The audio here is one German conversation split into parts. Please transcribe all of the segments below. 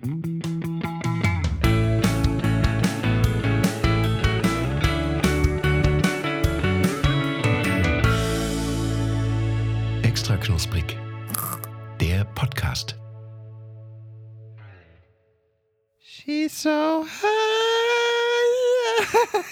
Extra knusprig. Der Podcast. She's so high.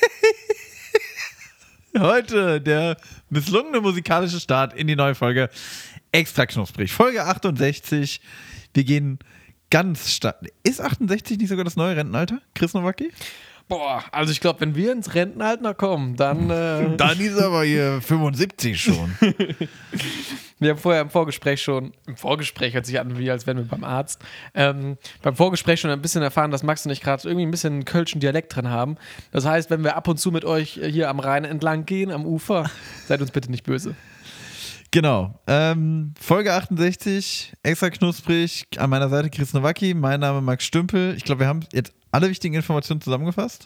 Heute der misslungene musikalische Start in die neue Folge Extra knusprig. Folge 68. Wir gehen ganz stark. Ist 68 nicht sogar das neue Rentenalter? Chris Nowacki? Boah, also ich glaube, wenn wir ins Rentenalter kommen, dann... Dann ist aber hier 75 schon. Wir haben vorher im Vorgespräch hört sich an, wie als wären wir beim Arzt, beim Vorgespräch schon ein bisschen erfahren, dass Max und ich gerade irgendwie ein bisschen einen kölschen Dialekt drin haben. Das heißt, wenn wir ab und zu mit euch hier am Rhein entlang gehen, am Ufer, seid uns bitte nicht böse. Genau. Folge 68, extra knusprig. An meiner Seite Chris Nowacki, mein Name Max Stümpel. Ich glaube, wir haben jetzt alle wichtigen Informationen zusammengefasst.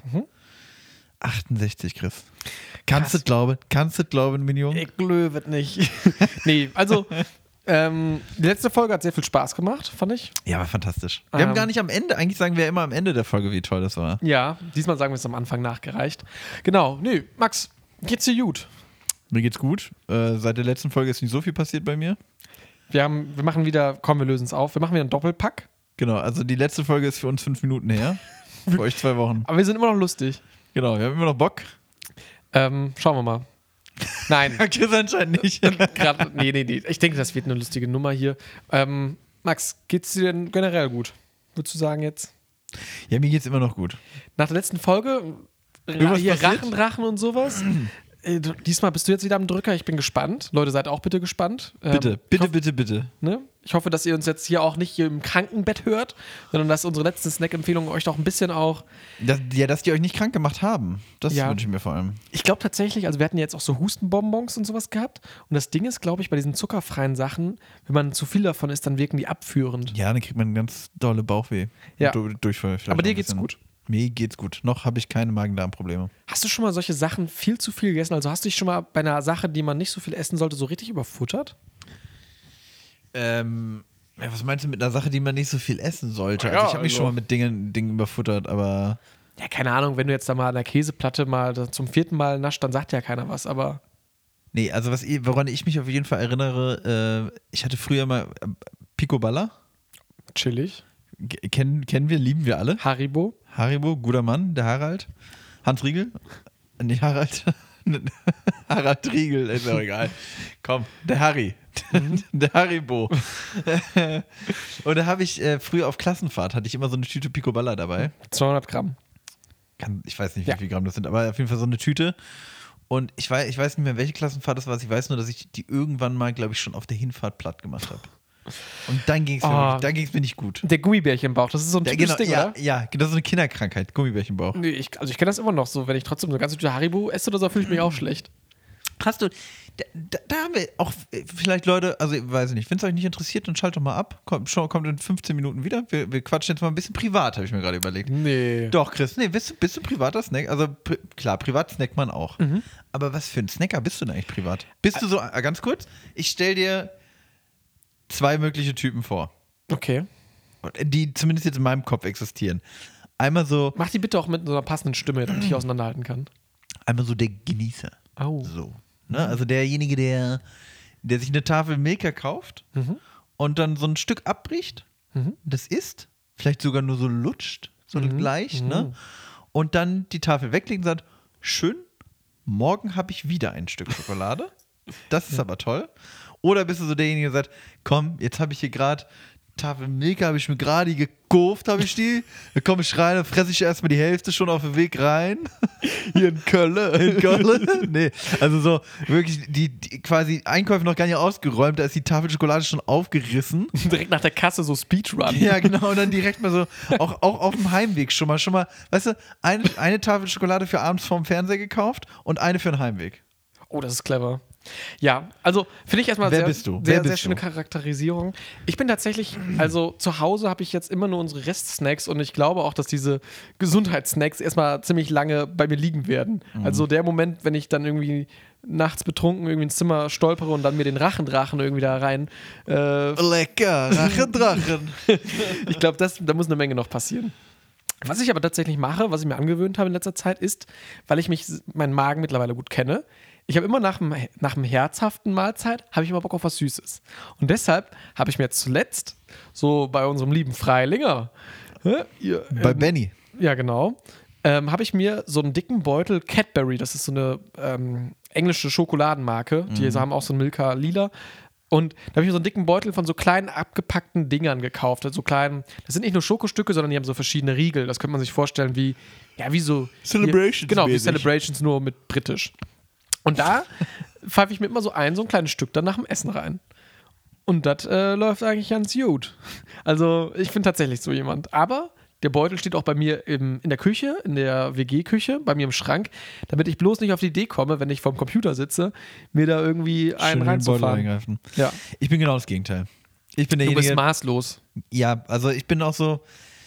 68, Chris. Kannst du glauben, mein Junge? Ich glaube nicht. Nee, also die letzte Folge hat sehr viel Spaß gemacht, fand ich. Ja, war fantastisch. Wir haben gar nicht am Ende, eigentlich sagen wir ja immer am Ende der Folge, wie toll das war. Ja, diesmal sagen wir es am Anfang nachgereicht. Genau, nee, Max, geht's dir gut? Mir geht's gut. Seit der letzten Folge ist nicht so viel passiert bei mir. Wir machen wieder, wir lösen es auf, wir machen wieder einen Doppelpack. Genau, also die letzte Folge ist für uns 5 Minuten her. Für euch 2 Wochen. Aber wir sind immer noch lustig. Genau, wir haben immer noch Bock. Schauen wir mal. Nein. Chris anscheinend nicht. Nee. Ich denke, das wird eine lustige Nummer hier. Max, geht's dir denn generell gut? Würdest du sagen jetzt? Ja, mir geht's immer noch gut. Nach der letzten Folge, hier Rachen und sowas. Diesmal bist du jetzt wieder am Drücker. Ich bin gespannt. Leute, seid auch bitte gespannt. Bitte. Ne? Ich hoffe, dass ihr uns jetzt hier auch nicht hier im Krankenbett hört, sondern dass unsere letzten Snack-Empfehlungen euch doch ein bisschen auch... Dass die euch nicht krank gemacht haben. Das wünsche ich mir vor allem. Ich glaube tatsächlich, also wir hatten jetzt auch so Hustenbonbons und sowas gehabt. Und das Ding ist, glaube ich, bei diesen zuckerfreien Sachen, wenn man zu viel davon isst, dann wirken die abführend. Ja, dann kriegt man ganz dolle Bauchweh. Ja. Durchfall. Aber dir geht's gut? Mir geht's gut. Noch habe ich keine Magen-Darm-Probleme. Hast du schon mal solche Sachen viel zu viel gegessen? Also hast du dich schon mal bei einer Sache, die man nicht so viel essen sollte, so richtig überfuttert? Was meinst du mit einer Sache, die man nicht so viel essen sollte? Ja, ich habe mich schon mal mit Dingen überfuttert, aber... Ja, keine Ahnung, wenn du jetzt da mal an der Käseplatte mal zum 4. Mal nascht, dann sagt ja keiner was, aber... Nee, also woran ich mich auf jeden Fall erinnere, ich hatte früher mal Picoballa. Chillig. Kennen wir, lieben wir alle. Haribo, guter Mann, der Harald. Hans Riegel? Nicht Harald. Harald Riegel, ist auch egal. Komm, der Harry. Der Haribo. Und da habe ich früher auf Klassenfahrt, hatte ich immer so eine Tüte Picoballa dabei. 200 Gramm. Ich weiß nicht, wie viel Gramm das sind, aber auf jeden Fall so eine Tüte. Und ich weiß nicht mehr, welche Klassenfahrt das war. Ich weiß nur, dass ich die irgendwann mal, glaube ich, schon auf der Hinfahrt platt gemacht habe. Und dann ging es mir nicht gut. Der Gummibärchenbauch, das ist so ein typisches Ding, oder? Ja, das ist so eine Kinderkrankheit, Gummibärchenbauch. Nee, ich kenne das immer noch so. Wenn ich trotzdem so eine ganze Tüte Haribo esse oder so, fühle ich mich auch schlecht. Hast du, da haben wir auch vielleicht Leute, also ich weiß nicht, wenn es euch nicht interessiert, dann schaltet doch mal ab. Kommt in 15 Minuten wieder. Wir quatschen jetzt mal ein bisschen privat, habe ich mir gerade überlegt. Nee. Doch, Chris, bist du privater Snack? Also klar, privat snackt man auch. Mhm. Aber was für ein Snacker bist du denn eigentlich privat? Bist du so, ganz kurz, ich stell dir 2 mögliche Typen vor. Okay. Die zumindest jetzt in meinem Kopf existieren. Einmal so. Mach die bitte auch mit so einer passenden Stimme, damit ich auseinanderhalten kann. Einmal so der Genießer. Oh. So. Ne? Also derjenige, der sich eine Tafel Milka kauft und dann so ein Stück abbricht, das isst, vielleicht sogar nur so lutscht, so leicht, ne? Und dann die Tafel weglegt und sagt, schön, morgen habe ich wieder ein Stück Schokolade. Das ist aber toll. Oder bist du so derjenige, der sagt, komm, jetzt habe ich hier gerade Tafel Milka, habe ich mir gerade gekauft, habe ich die. Dann komme ich rein, dann fresse ich erstmal die Hälfte schon auf dem Weg rein. Hier in Köln. Nee, also so wirklich die quasi Einkäufe noch gar nicht ausgeräumt, da ist die Tafel Schokolade schon aufgerissen. Direkt nach der Kasse so Speedrun. Ja, genau, und dann direkt mal so, auch auf dem Heimweg schon mal, weißt du, eine Tafel Schokolade für abends vorm Fernseher gekauft und eine für den Heimweg. Oh, das ist clever. Ja, also finde ich erstmal sehr schöne Charakterisierung. Ich bin tatsächlich, also zu Hause habe ich jetzt immer nur unsere Restsnacks und ich glaube auch, dass diese Gesundheitssnacks erstmal ziemlich lange bei mir liegen werden. Also der Moment, wenn ich dann irgendwie nachts betrunken irgendwie ins Zimmer stolpere und dann mir den Rachendrachen irgendwie da rein. Lecker, Rachendrachen. Ich glaube, da muss eine Menge noch passieren. Was ich aber tatsächlich mache, was ich mir angewöhnt habe in letzter Zeit, ist, weil ich meinen Magen mittlerweile gut kenne, ich habe immer nach einem herzhaften Mahlzeit, habe ich immer Bock auf was Süßes. Und deshalb habe ich mir jetzt zuletzt, so bei unserem lieben Freilinger, bei Benny. Ja, genau, habe ich mir so einen dicken Beutel Cadbury, das ist so eine englische Schokoladenmarke, die haben auch so einen Milka Lila. Und da habe ich mir so einen dicken Beutel von so kleinen abgepackten Dingern gekauft. Also so kleinen, das sind nicht nur Schokostücke, sondern die haben so verschiedene Riegel. Das könnte man sich vorstellen wie so Celebrations. Genau, wie Celebrations, nur mit britisch. Und da pfeife ich mir immer so ein kleines Stück dann nach dem Essen rein. Und das läuft eigentlich ganz gut. Also ich bin tatsächlich so jemand. Aber der Beutel steht auch bei mir in der Küche, in der WG-Küche, bei mir im Schrank, damit ich bloß nicht auf die Idee komme, wenn ich vorm Computer sitze, mir da irgendwie einen reinzufahren. Ja. Ich bin genau das Gegenteil. Ich bin du derjenige, bist maßlos. Ja, also ich bin auch so,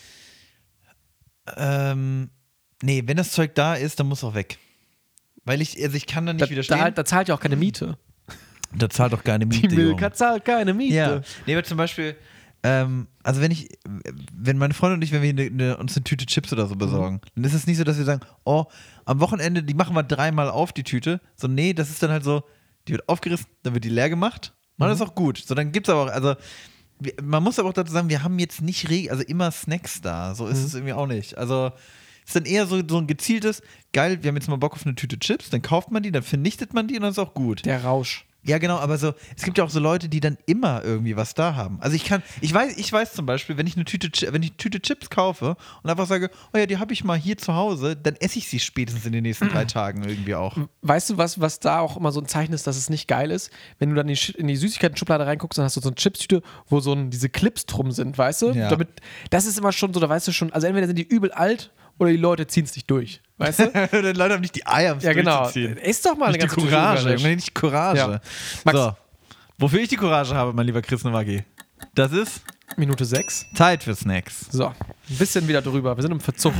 nee, wenn das Zeug da ist, dann muss auch weg. Weil ich kann da nicht widerstehen. Da zahlt ja auch keine Miete. Da zahlt auch keine Miete. Die Milka zahlt keine Miete. Ja. Nee, aber zum Beispiel, also wenn meine Freunde und ich, wenn wir uns eine Tüte Chips oder so besorgen, dann ist es nicht so, dass wir sagen, oh, am Wochenende, die machen wir 3-mal auf, die Tüte. So, nee, das ist dann halt so, die wird aufgerissen, dann wird die leer gemacht. Und das ist auch gut. So, dann gibt's aber auch, also man muss aber auch dazu sagen, wir haben jetzt nicht immer Snacks da. So ist es irgendwie auch nicht. Also ist dann eher so ein gezieltes, geil, wir haben jetzt mal Bock auf eine Tüte Chips, dann kauft man die, dann vernichtet man die und dann ist auch gut. Der Rausch. Ja, genau, aber so, es gibt ja auch so Leute, die dann immer irgendwie was da haben. Also ich weiß zum Beispiel, wenn ich eine Tüte Chips kaufe und einfach sage, oh ja, die habe ich mal hier zu Hause, dann esse ich sie spätestens in den nächsten 3 Tagen irgendwie auch. Weißt du, was da auch immer so ein Zeichen ist, dass es nicht geil ist? Wenn du dann in die Süßigkeiten-Schublade reinguckst, dann hast du so eine Chipstüte, wo diese Clips drum sind, weißt du? Ja. Das ist immer schon so, da weißt du schon, also entweder sind die übel alt oder die Leute ziehen es nicht durch, weißt du? Die Leute haben nicht die Eier, um es durchzuziehen. Ist doch mal eine nicht ganze die Courage. Tüte Nicht die Courage. Ja. Max. So, wofür ich die Courage habe, mein lieber Chris Nowacki, das ist Minute 6. Zeit für Snacks. So, ein bisschen wieder drüber. Wir sind im Verzug.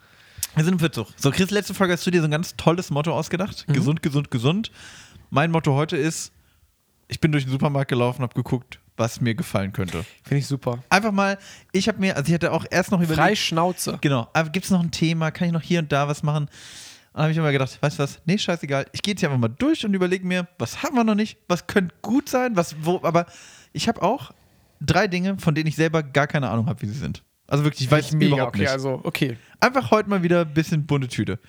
So, Chris, letzte Folge hast du dir so ein ganz tolles Motto ausgedacht. Gesund, gesund, gesund. Mein Motto heute ist, ich bin durch den Supermarkt gelaufen, habe geguckt, was mir gefallen könnte. Finde ich super. Einfach mal, ich hatte auch erst noch überlegt. Frei Schnauze. Genau, aber gibt es noch ein Thema? Kann ich noch hier und da was machen? Und dann habe ich immer gedacht, weißt du was? Nee, scheißegal. Ich gehe jetzt hier einfach mal durch und überlege mir, was haben wir noch nicht? Was könnte gut sein? Aber ich habe auch 3 Dinge, von denen ich selber gar keine Ahnung habe, wie sie sind. Also wirklich, ich weiß es überhaupt nicht. Okay. Einfach heute mal wieder ein bisschen bunte Tüte.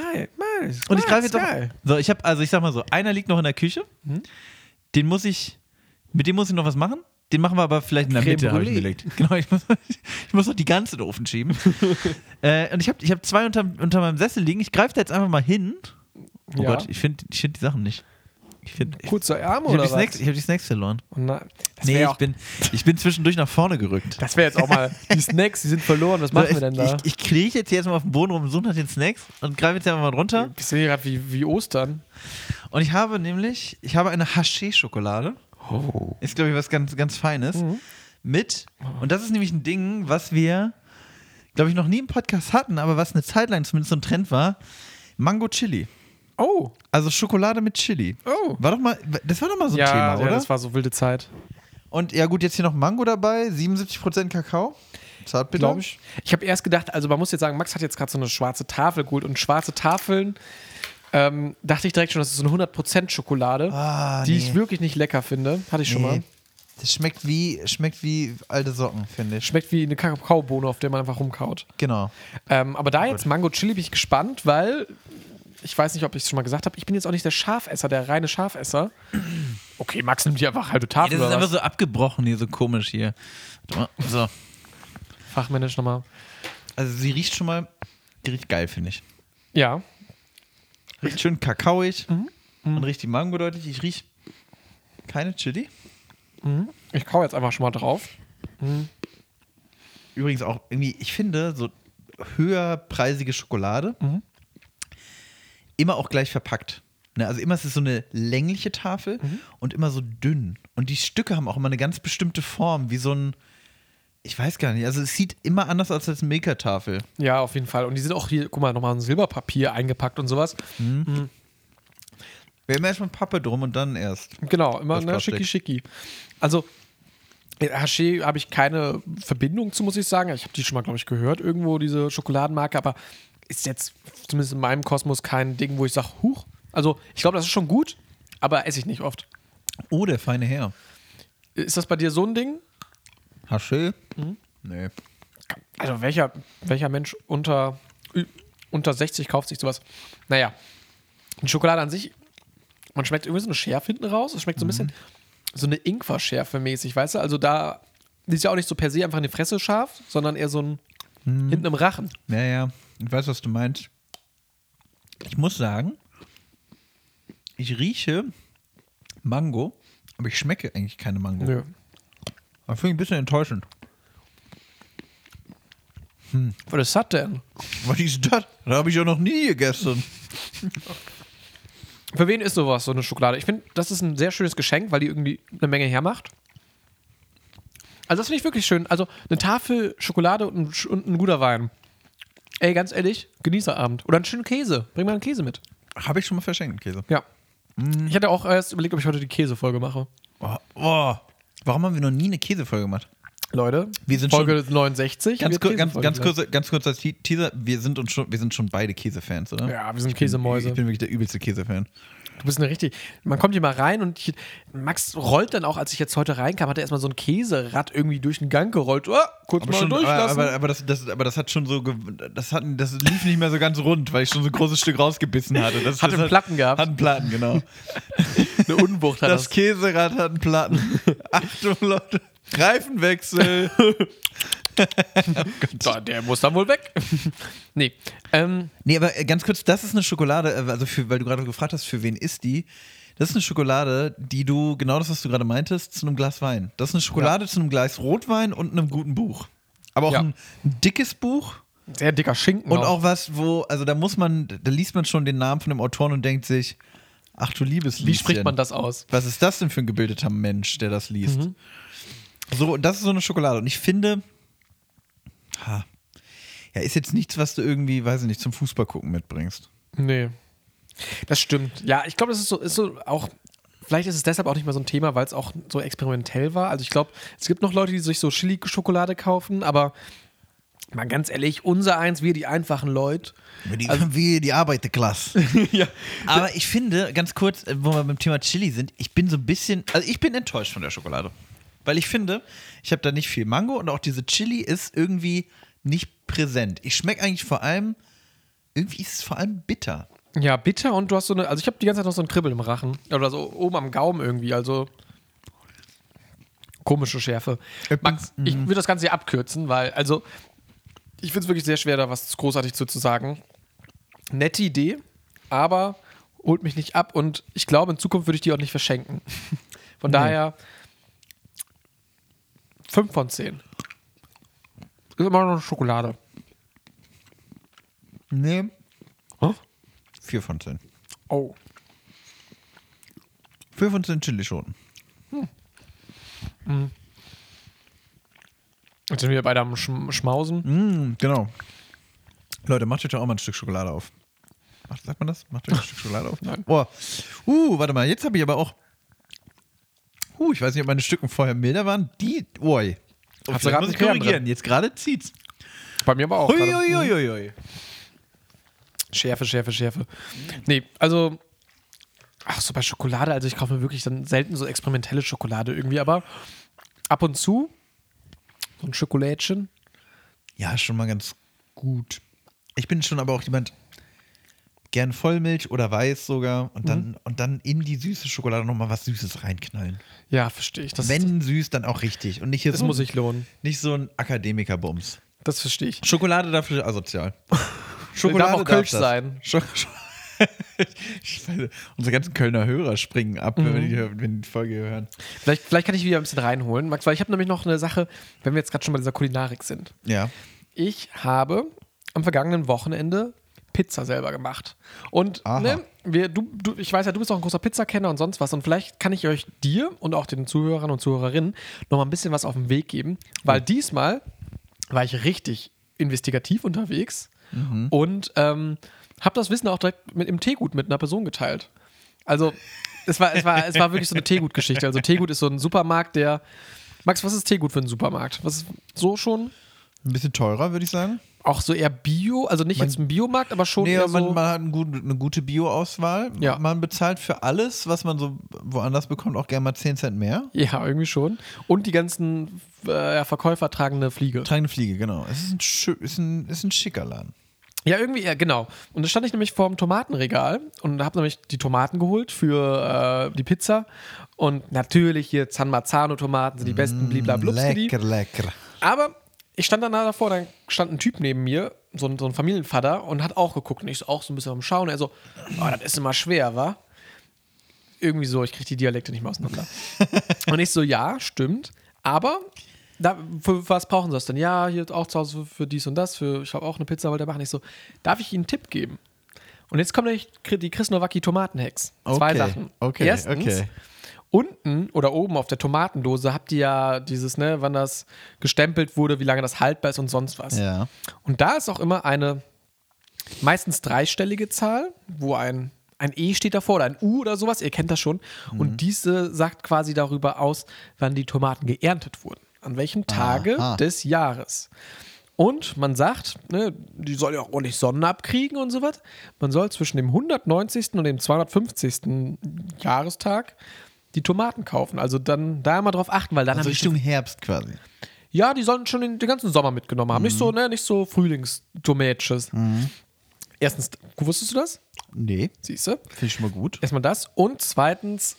Und ich greife jetzt auch. So, ich sag mal so, einer liegt noch in der Küche. Mit dem muss ich noch was machen. Den machen wir aber vielleicht in der Mitte, habe ich mir gelegt. Genau, ich muss noch die ganze in den Ofen schieben. Und ich hab 2 unter meinem Sessel liegen. Ich greife da jetzt einfach mal hin. Oh ja. Gott, ich find die Sachen nicht. Kurzer Arm oder was? Ich habe die Snacks verloren. Oh nein. Ich bin zwischendurch nach vorne gerückt. Das wäre jetzt auch mal, die Snacks, die sind verloren. Was machen wir denn da? Ich krieche jetzt hier erstmal auf den Boden rum und suche nach den Snacks und greife jetzt einfach mal runter. Ich sehe gerade wie Ostern. Und ich habe eine Haché-Schokolade. Oh. Ist, glaube ich, was ganz, ganz Feines. Und das ist nämlich ein Ding, was wir, glaube ich, noch nie im Podcast hatten, aber was eine Zeit lang zumindest so ein Trend war: Mango Chili. Oh. Also Schokolade mit Chili. Oh. Das war doch mal so ein Thema, oder? Ja, das war so wilde Zeit. Und ja gut, jetzt hier noch Mango dabei, 77% Kakao. Zartbitter. Glaube ich. Ich habe erst gedacht, also man muss jetzt sagen, Max hat jetzt gerade so eine schwarze Tafel geholt und schwarze Tafeln, dachte ich direkt schon, das ist so eine 100% Schokolade, die ich wirklich nicht lecker finde. Hatte ich schon mal. Das schmeckt wie alte Socken, finde ich. Schmeckt wie eine Kakaobohne, auf der man einfach rumkaut. Genau. Aber da jetzt Mango Chili bin ich gespannt, weil ich weiß nicht, ob ich es schon mal gesagt habe, ich bin jetzt auch nicht der reine Schafesser. Okay, Max nimmt hier einfach halbe Tafel. Das ist einfach so abgebrochen hier, so komisch hier. So. Fachmännisch nochmal. Also die riecht geil, finde ich. Ja. Riecht schön kakaoig und riecht die Mango deutlich. Ich rieche keine Chili. Ich kau jetzt einfach schon mal drauf. Übrigens auch irgendwie, ich finde, so höherpreisige Schokolade immer auch gleich verpackt. Ne? Also immer ist es so eine längliche Tafel und immer so dünn. Und die Stücke haben auch immer eine ganz bestimmte Form, wie so ein, ich weiß gar nicht, also es sieht immer anders aus als eine Milka-Tafel. Ja, auf jeden Fall. Und die sind auch hier, guck mal, nochmal in Silberpapier eingepackt und sowas. Wir haben erstmal Pappe drum und dann erst. Genau, immer Das Plastik. schicki. Also, Haché habe ich keine Verbindung zu, muss ich sagen. Ich habe die schon mal, glaube ich, gehört, irgendwo, diese Schokoladenmarke, aber ist jetzt zumindest in meinem Kosmos kein Ding, wo ich sage, huch. Also, ich glaube, das ist schon gut, aber esse ich nicht oft. Oh, der feine Herr. Ist das bei dir so ein Ding? Haché? Nee. Also, welcher Mensch unter 60 kauft sich sowas? Naja, die Schokolade an sich, man schmeckt irgendwie so eine Schärfe hinten raus. Es schmeckt so ein bisschen so eine Ingwer-Schärfe mäßig, weißt du? Also da die ist ja auch nicht so per se einfach in die Fresse scharf, sondern eher so ein hinten im Rachen. Ja, ich weiß, was du meinst. Ich muss sagen, ich rieche Mango, aber ich schmecke eigentlich keine Mango. Nö. Das finde ich ein bisschen enttäuschend. Was ist das denn? Was ist das? Da habe ich ja noch nie gegessen. Für wen ist sowas, so eine Schokolade? Ich finde, das ist ein sehr schönes Geschenk, weil die irgendwie eine Menge hermacht. Also das finde ich wirklich schön. Also eine Tafel Schokolade und ein guter Wein. Ey, ganz ehrlich, Genießerabend. Oder einen schönen Käse. Bring mal einen Käse mit. Habe ich schon mal verschenkt, Käse. Ja. Ich hatte auch erst überlegt, ob ich heute die Käsefolge mache. Oh. Warum haben wir noch nie eine Käsefolge gemacht? Leute, Wir sind Folge 69. Ganz wird kurz als Teaser, wir sind schon beide Käsefans, oder? Ja, wir sind Käsemäuse. Ich bin wirklich der übelste Käsefan. Du bist eine richtig. Man kommt hier mal rein und Max rollt dann auch, als ich jetzt heute reinkam, hat er erstmal so ein Käserad irgendwie durch den Gang gerollt. Oh, kurz mal durchlassen. Aber das hat schon so, das lief nicht mehr so ganz rund, weil ich schon so ein großes Stück rausgebissen hatte. Das Hat einen Platten gehabt. Hat einen Platten, genau. Eine Unwucht hat Das Käserad hat einen Platten. Achtung, Leute. Reifenwechsel. Der muss dann wohl weg. Nee. Nee, aber ganz kurz, das ist eine Schokolade, also weil du gerade gefragt hast, für wen ist die? Das ist eine Schokolade, die du, genau das, was du gerade meintest, zu einem Glas Wein. Das ist eine Schokolade zu einem Glas Rotwein und einem guten Buch. Aber auch ein dickes Buch. Sehr dicker Schinken. Und auch was, also da liest man schon den Namen von dem Autoren und denkt sich, ach du liebes Lieschen. Wie spricht man das aus? Was ist das denn für ein gebildeter Mensch, der das liest? So, das ist so eine Schokolade. Und ich finde, ist jetzt nichts, was du irgendwie, weiß ich nicht, zum Fußball gucken mitbringst. Nee. Das stimmt. Ja, ich glaube, das ist so auch, vielleicht ist es deshalb auch nicht mehr so ein Thema, weil es auch so experimentell war. Also ich glaube, es gibt noch Leute, die sich so Chili-Schokolade kaufen, aber mal ganz ehrlich, wir die einfachen Leute. Wir die Arbeiterklasse. Ja. Aber ich finde, ganz kurz, wo wir beim Thema Chili sind, ich bin enttäuscht von der Schokolade. Weil ich finde, ich habe da nicht viel Mango und auch diese Chili ist irgendwie nicht präsent. Ich schmecke eigentlich irgendwie ist es vor allem bitter. Ja, bitter und du hast also ich habe die ganze Zeit noch so ein Kribbel im Rachen. Oder so oben am Gaumen irgendwie, also komische Schärfe. Max, ich würde das Ganze hier abkürzen, weil, also ich finde es wirklich sehr schwer, da was großartig zu sagen. Nette Idee, aber holt mich nicht ab und ich glaube, in Zukunft würde ich die auch nicht verschenken. Von daher 5 von 10. Ist immer noch eine Schokolade. Nee. Huh? 4 von 10. Oh. 4 von 10 Chilischoten. Jetzt sind wir beide am Schmausen. Genau. Leute, macht euch doch auch mal ein Stück Schokolade auf. Sagt man das? Macht euch ein Stück Schokolade auf? Nein. Oh. Warte mal, jetzt habe ich aber auch. Ich weiß nicht, ob meine Stücken vorher milder waren. Hast du muss gerade ich korrigieren. Jetzt gerade zieht's. Bei mir aber auch. Hui. Schärfe. Nee, also so bei Schokolade, also ich kaufe mir wirklich dann selten so experimentelle Schokolade irgendwie, aber ab und zu so ein Schokolädchen. Ja, ist schon mal ganz gut. Ich bin schon aber auch jemand, gern Vollmilch oder weiß sogar und dann in die süße Schokolade nochmal was Süßes reinknallen. Ja, verstehe ich. Wenn süß, dann auch richtig. Und nicht hier das so muss sich lohnen. Nicht so ein Akademikerbums. Das verstehe ich. Schokolade dafür asozial. Schokolade darf auch Kölsch sein. Unsere ganzen Kölner Hörer springen ab, wenn die Folge hören. Vielleicht kann ich wieder ein bisschen reinholen, Max, weil ich habe nämlich noch eine Sache, wenn wir jetzt gerade schon bei dieser Kulinarik sind. Ja. Ich habe am vergangenen Wochenende Pizza selber gemacht. Und ich weiß ja, du bist auch ein großer Pizzakenner und sonst was. Und vielleicht kann ich euch dir und auch den Zuhörern und Zuhörerinnen noch mal ein bisschen was auf den Weg geben, weil diesmal war ich richtig investigativ unterwegs und habe das Wissen auch direkt im Teegut mit einer Person geteilt. Also, es war wirklich so eine Teegut-Geschichte. Also, Teegut ist so ein Supermarkt, der. Max, was ist Teegut für ein Supermarkt? Was ist so schon? Ein bisschen teurer, würde ich sagen. Auch so eher Bio, also nicht jetzt ein Biomarkt, aber schon eher so. Man hat eine gute Bio-Auswahl. Ja. Man bezahlt für alles, was man so woanders bekommt, auch gerne mal 10 Cent mehr. Ja, irgendwie schon. Und die ganzen Verkäufer tragen eine Fliege. Tragende Fliege, genau. Es ist ein schicker Laden. Ja, irgendwie, ja, genau. Und da stand ich nämlich vor dem Tomatenregal und habe nämlich die Tomaten geholt für die Pizza. Und natürlich hier San Marzano-Tomaten sind die besten, bliblablubskidi. Lecker. Aber ich stand dann davor, dann stand ein Typ neben mir, so ein Familienvater, und hat auch geguckt. Und ich so auch so ein bisschen am Schauen. Er so, oh, das ist immer schwer, wa? Irgendwie so, ich kriege die Dialekte nicht mehr auseinander. Und ich so, ja, stimmt. Aber für was brauchen sie das denn? Ja, hier auch zu Hause für dies und das. Ich habe auch eine Pizza, wollte er machen. Ich so, darf ich Ihnen einen Tipp geben? Und jetzt kommt nämlich die Chris Nowacki Tomatenhex. Zwei Sachen. Okay, Erstens, unten oder oben auf der Tomatendose habt ihr ja dieses, ne, wann das gestempelt wurde, wie lange das haltbar ist und sonst was. Ja. Und da ist auch immer eine meistens dreistellige Zahl, wo ein E steht davor oder ein U oder sowas, ihr kennt das schon. Und diese sagt quasi darüber aus, wann die Tomaten geerntet wurden. An welchem Tage des Jahres. Und man sagt, ne, die soll ja auch ordentlich Sonne abkriegen und sowas. Man soll zwischen dem 190. und dem 250. Jahrestag die Tomaten kaufen. Also dann da mal drauf achten, weil dann Also Richtung Herbst quasi. Ja, die sollen schon den ganzen Sommer mitgenommen haben. Nicht so Frühlingstomätsches. Erstens, wusstest du das? Nee. Siehst du? Finde ich schon mal gut. Erstmal das. Und zweitens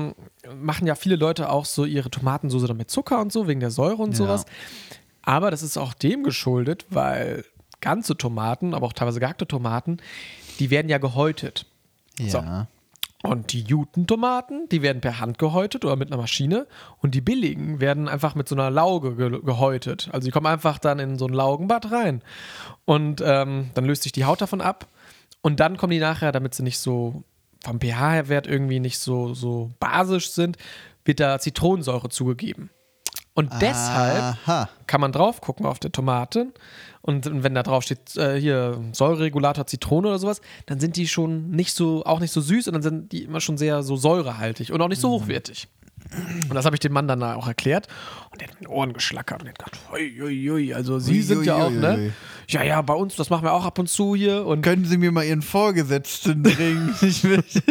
machen ja viele Leute auch so ihre Tomatensoße dann mit Zucker und so, wegen der Säure und sowas. Aber das ist auch dem geschuldet, weil ganze Tomaten, aber auch teilweise gehackte Tomaten, die werden ja gehäutet. Ja. So. Und die Jutentomaten, die werden per Hand gehäutet oder mit einer Maschine. Und die billigen werden einfach mit so einer Lauge gehäutet. Also die kommen einfach dann in so ein Laugenbad rein. Und dann löst sich die Haut davon ab. Und dann kommen die nachher, damit sie nicht so vom pH-Wert irgendwie nicht so basisch sind, wird da Zitronensäure zugegeben. Und deshalb kann man drauf gucken auf der Tomate. Und wenn da drauf steht, hier Säureregulator Zitrone oder sowas, dann sind die schon auch nicht so süß und dann sind die immer schon sehr so säurehaltig und auch nicht so hochwertig. Und das habe ich dem Mann dann auch erklärt. Und der hat mit den Ohren geschlackert und der hat gedacht, ui, also Sie sind ja auch, ne? Ja, bei uns, das machen wir auch ab und zu hier. Und können Sie mir mal Ihren Vorgesetzten bringen? Ich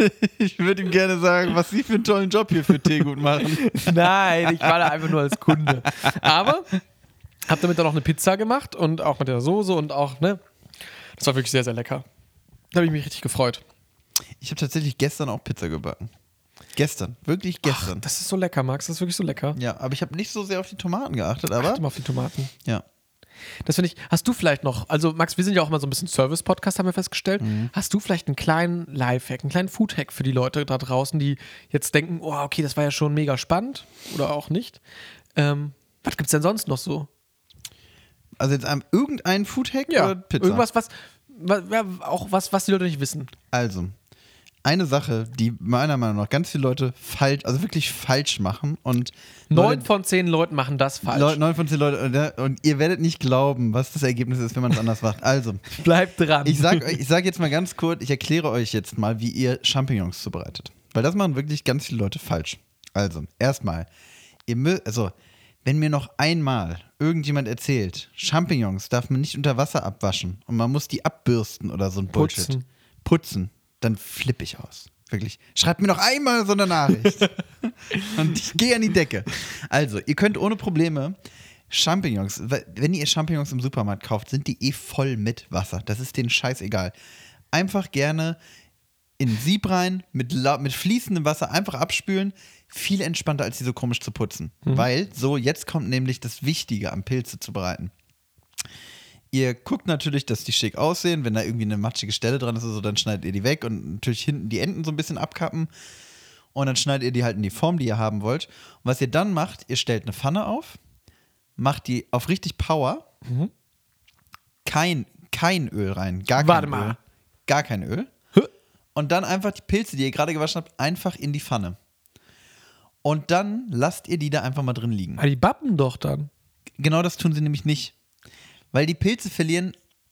würd ihm gerne sagen, was Sie für einen tollen Job hier für Teegut machen. Nein, ich war da einfach nur als Kunde. Aber habe damit dann auch eine Pizza gemacht und auch mit der Soße und auch, ne? Das war wirklich sehr, sehr lecker. Da habe ich mich richtig gefreut. Ich habe tatsächlich gestern auch Pizza gebacken. Gestern, wirklich gestern. Ach, das ist so lecker, Max, das ist wirklich so lecker. Ja, aber ich habe nicht so sehr auf die Tomaten geachtet, aber. Achte mal auf die Tomaten. Ja. Das finde ich, hast du vielleicht noch, also Max, wir sind ja auch immer so ein bisschen Service-Podcast, haben wir festgestellt. Hast du vielleicht einen kleinen Lifehack, einen kleinen Foodhack für die Leute da draußen, die jetzt denken, oh, okay, das war ja schon mega spannend oder auch nicht. Was gibt's denn sonst noch so? Also jetzt irgendein Foodhack oder Pizza? Irgendwas, was die Leute nicht wissen. Also, eine Sache, die meiner Meinung nach ganz viele Leute wirklich falsch machen und 9 von 10 Leuten machen das falsch. 9 von 10 Leute und ihr werdet nicht glauben, was das Ergebnis ist, wenn man es anders macht. Also, bleibt dran. Ich sag jetzt mal ganz kurz, ich erkläre euch jetzt mal, wie ihr Champignons zubereitet. Weil das machen wirklich ganz viele Leute falsch. Also, erstmal, wenn mir noch einmal irgendjemand erzählt, Champignons darf man nicht unter Wasser abwaschen und man muss die abbürsten oder so ein Bullshit. Putzen. Dann flippe ich aus. Wirklich. Schreibt mir noch einmal so eine Nachricht. Und ich gehe an die Decke. Also, ihr könnt ohne Probleme Champignons, wenn ihr Champignons im Supermarkt kauft, sind die voll mit Wasser. Das ist denen scheißegal. Einfach gerne in ein Sieb rein, mit fließendem Wasser einfach abspülen. Viel entspannter, als die so komisch zu putzen. Weil, jetzt kommt nämlich das Wichtige am Pilze zu bereiten. Ihr guckt natürlich, dass die schick aussehen. Wenn da irgendwie eine matschige Stelle dran ist, dann schneidet ihr die weg und natürlich hinten die Enden so ein bisschen abkappen. Und dann schneidet ihr die halt in die Form, die ihr haben wollt. Und was ihr dann macht, ihr stellt eine Pfanne auf, macht die auf richtig Power, kein Öl rein, gar kein Öl. Und dann einfach die Pilze, die ihr gerade gewaschen habt, einfach in die Pfanne. Und dann lasst ihr die da einfach mal drin liegen. Aber die bappen doch dann. Genau das tun sie nämlich nicht. Weil die Pilze verlieren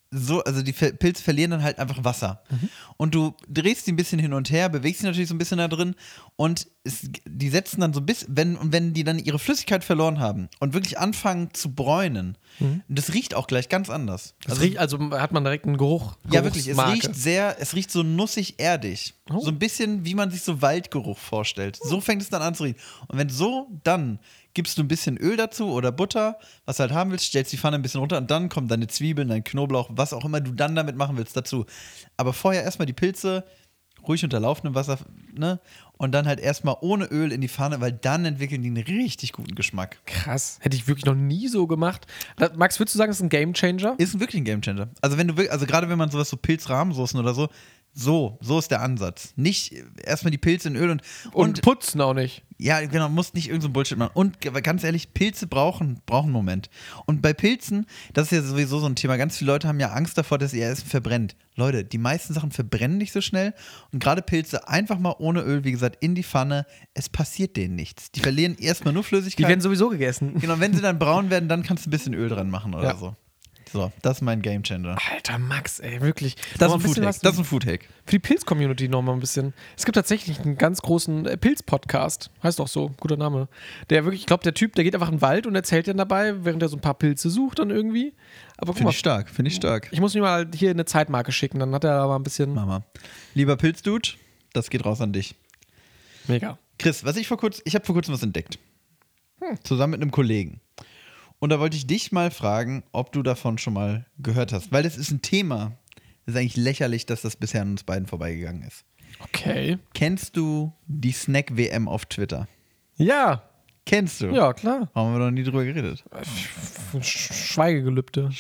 also die Pilze verlieren dann halt einfach Wasser. Und du drehst die ein bisschen hin und her, bewegst sie natürlich so ein bisschen da drin und die setzen dann so ein bisschen, wenn die dann ihre Flüssigkeit verloren haben und wirklich anfangen zu bräunen, das riecht auch gleich ganz anders. Also hat man direkt einen Geruch. Ja, wirklich, es riecht so nussig-erdig. So ein bisschen, wie man sich so Waldgeruch vorstellt. So fängt es dann an zu riechen. Und wenn dann gibst du ein bisschen Öl dazu oder Butter, was du halt haben willst, stellst die Pfanne ein bisschen runter und dann kommen deine Zwiebeln, dein Knoblauch, was auch immer du dann damit machen willst, dazu. Aber vorher erstmal die Pilze ruhig unter laufendem Wasser, ne? Und dann halt erstmal ohne Öl in die Pfanne, weil dann entwickeln die einen richtig guten Geschmack. Krass. Hätte ich wirklich noch nie so gemacht. Max, würdest du sagen, das ist ein Gamechanger? Ist wirklich ein Gamechanger. Also gerade wenn man sowas so Pilzrahmsoßen oder so ist der Ansatz. Nicht erstmal die Pilze in Öl und putzen auch nicht. Ja, genau, musst nicht irgend so Bullshit machen. Und ganz ehrlich, Pilze brauchen einen Moment. Und bei Pilzen, das ist ja sowieso so ein Thema, ganz viele Leute haben ja Angst davor, dass ihr Essen verbrennt. Leute, die meisten Sachen verbrennen nicht so schnell. Und gerade Pilze einfach mal ohne Öl, wie gesagt, in die Pfanne. Es passiert denen nichts. Die verlieren erstmal nur Flüssigkeit. Die werden sowieso gegessen. Genau, wenn sie dann braun werden, dann kannst du ein bisschen Öl dran machen oder so. So, das ist mein Gamechanger. Alter, Max, ey, wirklich. Das ist ein Foodhack. Für die Pilz-Community nochmal ein bisschen. Es gibt tatsächlich einen ganz großen Pilz-Podcast, heißt auch so, guter Name. Der wirklich, ich glaube, der Typ, der geht einfach in den Wald und erzählt dann dabei, während er so ein paar Pilze sucht dann irgendwie. Aber Finde ich stark. Ich muss mir mal hier eine Zeitmarke schicken, dann hat er aber ein bisschen... Mama. Lieber Pilzdude, das geht raus an dich. Mega. Chris, ich habe vor kurzem was entdeckt. Zusammen mit einem Kollegen. Und da wollte ich dich mal fragen, ob du davon schon mal gehört hast. Weil das ist ein Thema, das ist eigentlich lächerlich, dass das bisher an uns beiden vorbeigegangen ist. Okay. Kennst du die Snack-WM auf Twitter? Ja. Kennst du? Ja, klar. Haben wir noch nie drüber geredet. Schweigegelübde.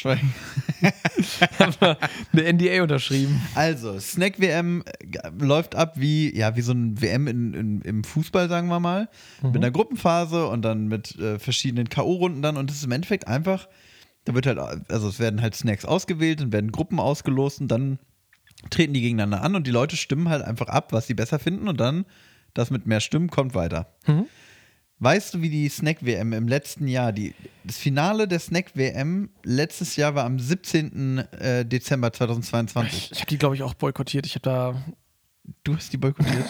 Haben wir eine NDA unterschrieben. Also, Snack-WM läuft ab wie so ein WM im Fußball, sagen wir mal. Mit einer Gruppenphase und dann mit verschiedenen K.O.-Runden dann. Und das ist im Endeffekt einfach, es werden halt Snacks ausgewählt und werden Gruppen ausgelost und dann treten die gegeneinander an und die Leute stimmen halt einfach ab, was sie besser finden und dann das mit mehr Stimmen kommt weiter. Weißt du, wie die Snack-WM im letzten Jahr, das Finale der Snack-WM letztes Jahr war am 17. Dezember 2022. Ich habe die, glaube ich, auch boykottiert. Du hast die boykottiert?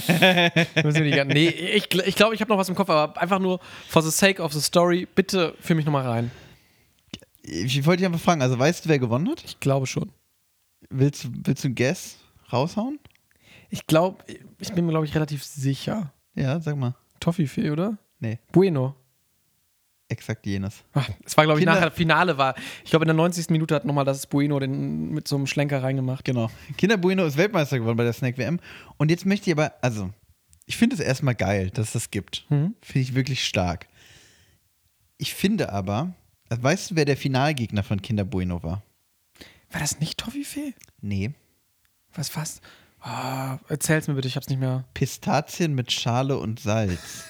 Nee, ich glaube, ich habe noch was im Kopf, aber einfach nur for the sake of the story, bitte führ mich nochmal rein. Ich wollte dich einfach fragen, also weißt du, wer gewonnen hat? Ich glaube schon. Willst du einen Guess raushauen? Ich bin mir, glaube ich, relativ sicher. Ja, sag mal. Toffifee, oder? Nee. Bueno. Exakt jenes. Es war, glaube ich, nachher Finale war. Ich glaube, in der 90. Minute hat nochmal das Bueno mit so einem Schlenker reingemacht. Genau. Kinder Bueno ist Weltmeister geworden bei der Snack-WM. Und jetzt möchte ich aber, ich finde es erstmal geil, dass es das gibt. Finde ich wirklich stark. Ich finde aber, weißt du, wer der Finalgegner von Kinder Bueno war? War das nicht Toffifee? Nee. Was? Erzähl's mir bitte, ich hab's nicht mehr. Pistazien mit Schale und Salz.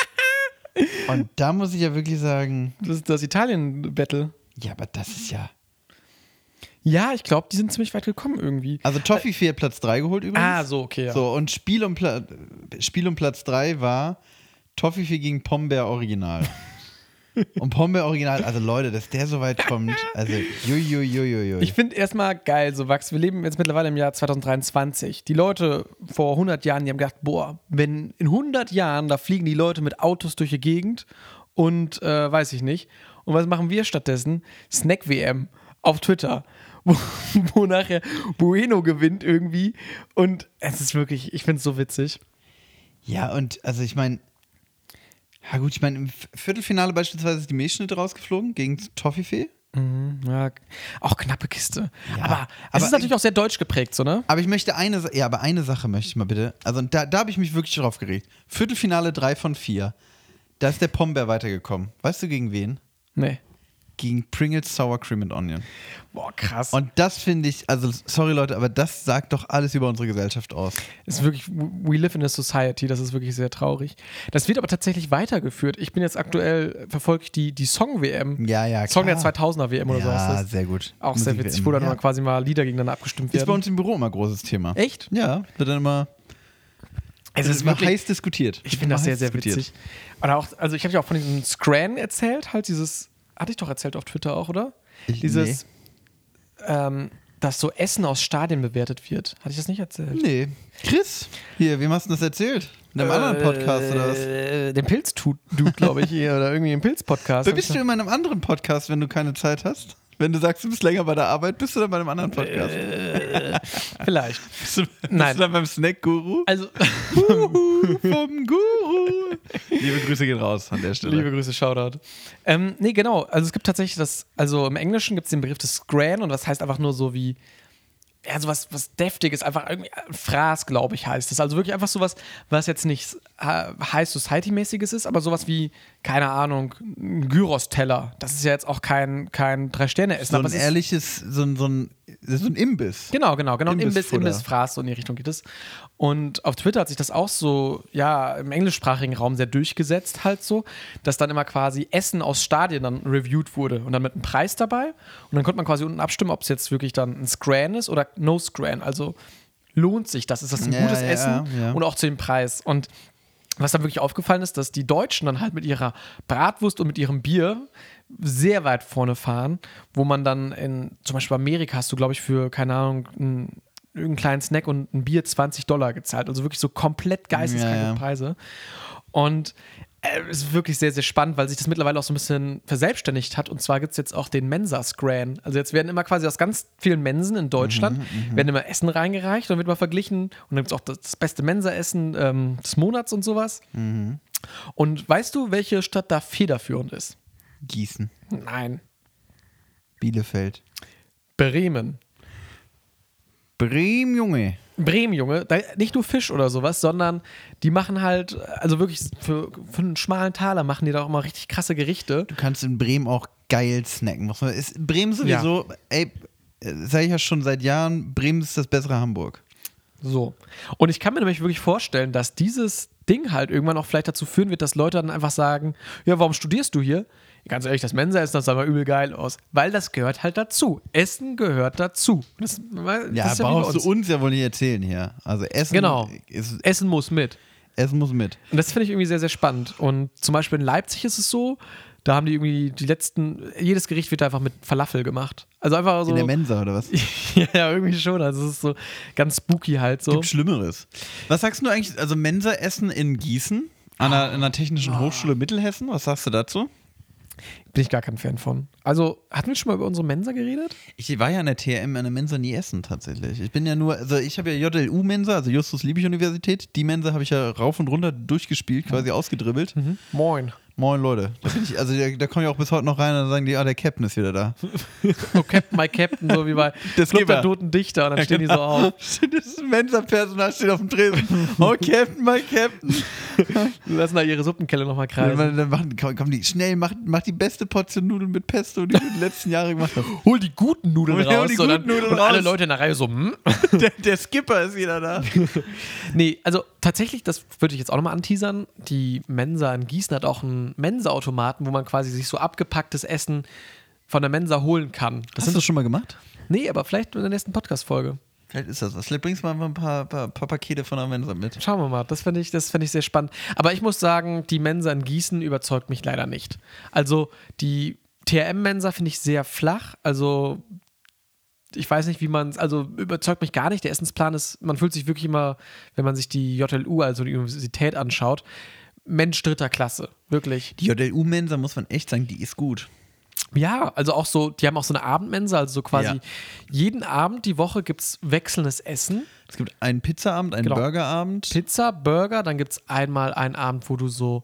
Und da muss ich ja wirklich sagen... Das ist das Italien-Battle. Ja, aber das ist ja... Ja, ich glaube, die sind ziemlich weit gekommen irgendwie. Also Toffifee hat Platz 3 geholt übrigens. Ah, so, okay, ja. So, und Spiel um Platz 3 war Toffifee gegen Pombeer Original. Und Pombeer Original, also Leute, dass der so weit kommt, also juiuiuiui. Ich finde erstmal geil, so Max, wir leben jetzt mittlerweile im Jahr 2023. Die Leute vor 100 Jahren, die haben gedacht, boah, wenn in 100 Jahren, da fliegen die Leute mit Autos durch die Gegend und weiß ich nicht. Und was machen wir stattdessen? Snack-WM auf Twitter, wo nachher Bueno gewinnt irgendwie und es ist wirklich, ich finde es so witzig. Ja, und also ich meine, ja gut, im Viertelfinale beispielsweise ist die Milchschnitte rausgeflogen gegen Toffifee. Ja, auch knappe Kiste. Ja, aber es ist natürlich auch sehr deutsch geprägt, so, ne? Aber ich möchte eine Sache möchte ich mal bitte. Also da habe ich mich wirklich drauf geregt. Viertelfinale 3 von 4. Da ist der Pombeer weitergekommen. Weißt du gegen wen? Nee. Gegen Pringles Sour Cream and Onion. Boah, krass. Und das finde ich, also sorry Leute, aber das sagt doch alles über unsere Gesellschaft aus. Es ist wirklich, we live in a society, das ist wirklich sehr traurig. Das wird aber tatsächlich weitergeführt. Ich bin jetzt aktuell, verfolge ich die Song-WM. Ja, klar. Song der 2000er-WM oder so heißt das. Ja, sehr gut. Auch Musik sehr witzig, WM. wo dann mal quasi mal Lieder gegeneinander abgestimmt werden. Ist bei uns im Büro immer ein großes Thema. Echt? Ja, wird dann immer Es ist immer wirklich heiß diskutiert. Ich finde das sehr, sehr witzig. Oder auch, also ich habe ja auch von diesem Scran erzählt, halt hatte ich doch erzählt auf Twitter auch, oder? dass so Essen aus Stadien bewertet wird. Hatte ich das nicht erzählt? Nee. Chris, hier, wem hast du das erzählt? In einem anderen Podcast oder was? Den Pilz-Dude, glaube ich, hier. Oder irgendwie im Pilz-Podcast. Bist du in einem anderen Podcast, wenn du keine Zeit hast? Wenn du sagst, du bist länger bei der Arbeit, bist du dann bei einem anderen Podcast? Vielleicht. Bist du Nein. dann beim Snack-Guru? Also, Vom Guru. Liebe Grüße gehen raus an der Stelle. liebe Grüße, Shoutout. Nee, genau. Also es gibt tatsächlich also im Englischen gibt es den Begriff des Scran und das heißt einfach nur so wie, ja, sowas was Deftiges, einfach irgendwie Fraß, glaube ich, heißt es. Also wirklich einfach sowas, was jetzt nicht High Society-mäßiges ist, aber sowas wie, keine Ahnung, ein Gyros-Teller. Das ist ja jetzt auch kein 3-Sterne-Essen. So aber ein es ist, ehrliches, so ein Imbiss. Genau. Ein Imbissfutter. Imbissfraß, so in die Richtung geht es. Und auf Twitter hat sich das auch so, ja, im englischsprachigen Raum sehr durchgesetzt, halt so, dass dann immer quasi Essen aus Stadien dann reviewed wurde und dann mit einem Preis dabei. Und dann konnte man quasi unten abstimmen, ob es jetzt wirklich dann ein Scran ist oder no Scran. Also lohnt sich das? Ist das ein gutes Essen? Ja. Und auch zu dem Preis. Und was dann wirklich aufgefallen ist, dass die Deutschen dann halt mit ihrer Bratwurst und mit ihrem Bier sehr weit vorne fahren, wo man dann in zum Beispiel Amerika hast du, glaube ich, für, keine Ahnung, irgendeinen kleinen Snack und ein Bier $20 gezahlt. Also wirklich so komplett geisteskranke Preise. Und es ist wirklich sehr, sehr spannend, weil sich das mittlerweile auch so ein bisschen verselbstständigt hat. Und zwar gibt es jetzt auch den Mensa-Scran. Also jetzt werden immer quasi aus ganz vielen Mensen in Deutschland werden immer Essen reingereicht und wird mal verglichen. Und dann gibt es auch das beste Mensa-Essen des Monats und sowas. Und weißt du, welche Stadt da federführend ist? Gießen. Nein. Bielefeld. Bremen. Bremen, Junge. Bremen, Junge, da, nicht nur Fisch oder sowas, sondern die machen halt, also wirklich für einen schmalen Taler machen die da auch immer richtig krasse Gerichte. Du kannst in Bremen auch geil snacken. Bremen sowieso, sag ich ja schon seit Jahren, Bremen ist das bessere Hamburg. So. Und ich kann mir nämlich wirklich vorstellen, dass dieses Ding halt irgendwann auch vielleicht dazu führen wird, dass Leute dann einfach sagen, ja, warum studierst du hier? Ganz ehrlich, das Mensa-Essen, das sah mal übel geil aus. Weil das gehört halt dazu. Essen gehört dazu. Das ist ja brauchst du uns ja wohl nicht erzählen hier. Also Essen genau. Essen muss mit. Essen muss mit. Und das finde ich irgendwie sehr, sehr spannend. Und zum Beispiel in Leipzig ist es so, da haben die irgendwie jedes Gericht wird einfach mit Falafel gemacht. Also einfach so. In der Mensa oder was? Ja, irgendwie schon. Also es ist so ganz spooky halt so. Gibt Schlimmeres. Was sagst du eigentlich, also Mensa-Essen in Gießen, an einer Technischen Hochschule Mittelhessen, was sagst du dazu? Bin ich gar kein Fan von. Also, hatten wir schon mal über unsere Mensa geredet? Ich war ja an der TRM an der Mensa nie essen tatsächlich. Ich bin ja nur, also ich habe ja JLU-Mensa, also Justus-Liebig-Universität. Die Mensa habe ich ja rauf und runter durchgespielt, quasi ausgedribbelt. Moin. Moin Leute. Da bin ich, also da komme ich auch bis heute noch rein und dann sagen die, der Captain ist wieder da. Oh, Captain, my Captain, so wie bei Club der Toten Dichter. Und dann stehen die so auf. Das Mensa-Personal steht auf dem Tresen. Oh, Captain, my Captain. Lassen da ihre Suppenkelle nochmal kreisen. Dann kommen die schnell, mach die beste Portion Nudeln mit Pesto, die du in den letzten Jahren gemacht hast. Hol die guten Nudeln raus. Hol die guten Nudeln und raus. alle Leute in der Reihe so, Der Skipper ist wieder da. Nee, also tatsächlich, das würde ich jetzt auch nochmal anteasern, die Mensa in Gießen hat auch einen Mensa-Automaten, wo man quasi sich so abgepacktes Essen von der Mensa holen kann. Hast du das schon mal gemacht? Nee, aber vielleicht in der nächsten Podcast-Folge. Vielleicht ist das was. Vielleicht bringst du mal ein paar Pakete von der Mensa mit. Schauen wir mal, das fände ich sehr spannend. Aber ich muss sagen, die Mensa in Gießen überzeugt mich leider nicht. Also die TRM-Mensa finde ich sehr flach, also ich weiß nicht, wie man es, also überzeugt mich gar nicht. Der Essensplan ist, man fühlt sich wirklich immer, wenn man sich die JLU, also die Universität anschaut, Mensch dritter Klasse, wirklich. Die JLU-Mensa, muss man echt sagen, die ist gut. Ja, also auch so, die haben auch so eine Abendmensa, also so quasi jeden Abend die Woche gibt es wechselndes Essen. Es gibt einen Pizzaabend, einen Burgerabend. Pizza, Burger, dann gibt es einmal einen Abend, wo du so,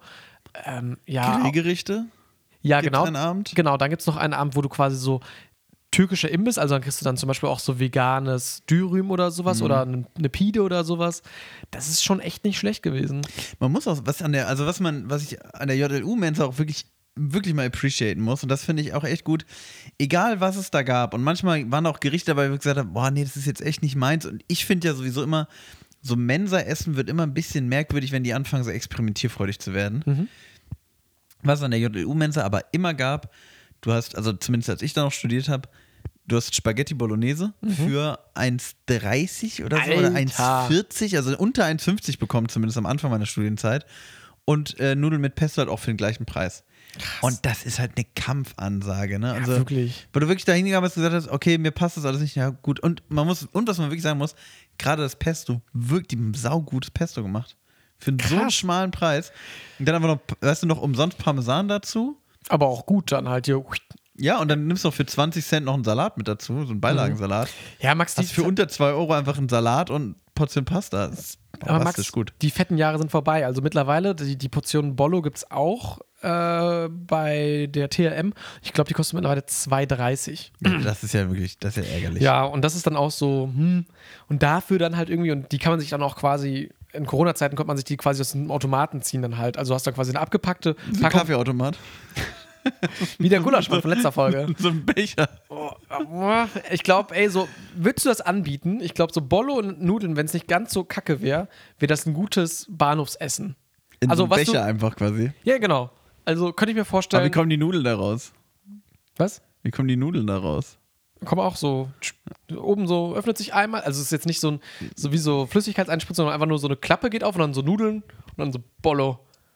Grillgerichte. Ja, Gibt's genau. einen Abend? Genau, dann gibt es noch einen Abend, wo du quasi so türkischer Imbiss, also dann kriegst du dann zum Beispiel auch so veganes Dürüm oder sowas oder eine Pide oder sowas. Das ist schon echt nicht schlecht gewesen. Man muss auch, was ich an der JLU-Mensa auch wirklich mal appreciaten muss, und das finde ich auch echt gut, egal was es da gab, und manchmal waren auch Gerichte dabei, wo ich gesagt habe, boah, nee, das ist jetzt echt nicht meins, und ich finde ja sowieso immer, so Mensa-Essen wird immer ein bisschen merkwürdig, wenn die anfangen, so experimentierfreudig zu werden. Was es an der JLU-Mensa aber immer gab, du hast, also zumindest als ich da noch studiert habe, du hast Spaghetti Bolognese für 1,30 oder so, oder 1,40, also unter 1,50 bekommen, zumindest am Anfang meiner Studienzeit, und Nudeln mit Pesto halt auch für den gleichen Preis. Und das ist halt eine Kampfansage, ne? Also, wirklich. weil du wirklich da hingegangen bist und gesagt hast, okay, mir passt das alles nicht, ja gut. Und was man wirklich sagen muss, gerade das Pesto, wirklich saugutes Pesto gemacht. Für so einen schmalen Preis. Und dann einfach noch, weißt du, noch umsonst Parmesan dazu. Aber auch gut dann halt hier. Ja, und dann nimmst du noch für 20 Cent noch einen Salat mit dazu, so einen Beilagensalat. Ja, Max, Hast für unter 2 Euro einfach einen Salat und Portion Pasta. Das ist fantastisch gut. Die fetten Jahre sind vorbei. Also mittlerweile, die Portion Bollo gibt es auch bei der TLM. Ich glaube, die kostet mittlerweile 2,30. Das ist ja wirklich, das ist ja ärgerlich. Ja, und das ist dann auch so, und dafür dann halt irgendwie, und die kann man sich dann auch quasi, in Corona-Zeiten konnte man sich die quasi aus dem Automaten ziehen dann halt. Also hast du quasi eine abgepackte So ein Kaffeeautomat. Wie der Gulaschmann von letzter Folge. So ein Becher. Ich glaube, so, würdest du das anbieten? Ich glaube, so Bollo und Nudeln, wenn es nicht ganz so kacke wäre das ein gutes Bahnhofsessen. In Also, so einem Becher einfach quasi. Ja, genau. Also, könnte ich mir vorstellen. Aber wie kommen die Nudeln da raus? Was? Wie kommen die Nudeln da raus? Kommen auch so, oben so, öffnet sich einmal. Also, es ist jetzt nicht so wie so Flüssigkeitseinspritzung, sondern einfach nur so eine Klappe geht auf und dann so Nudeln und dann so Bollo.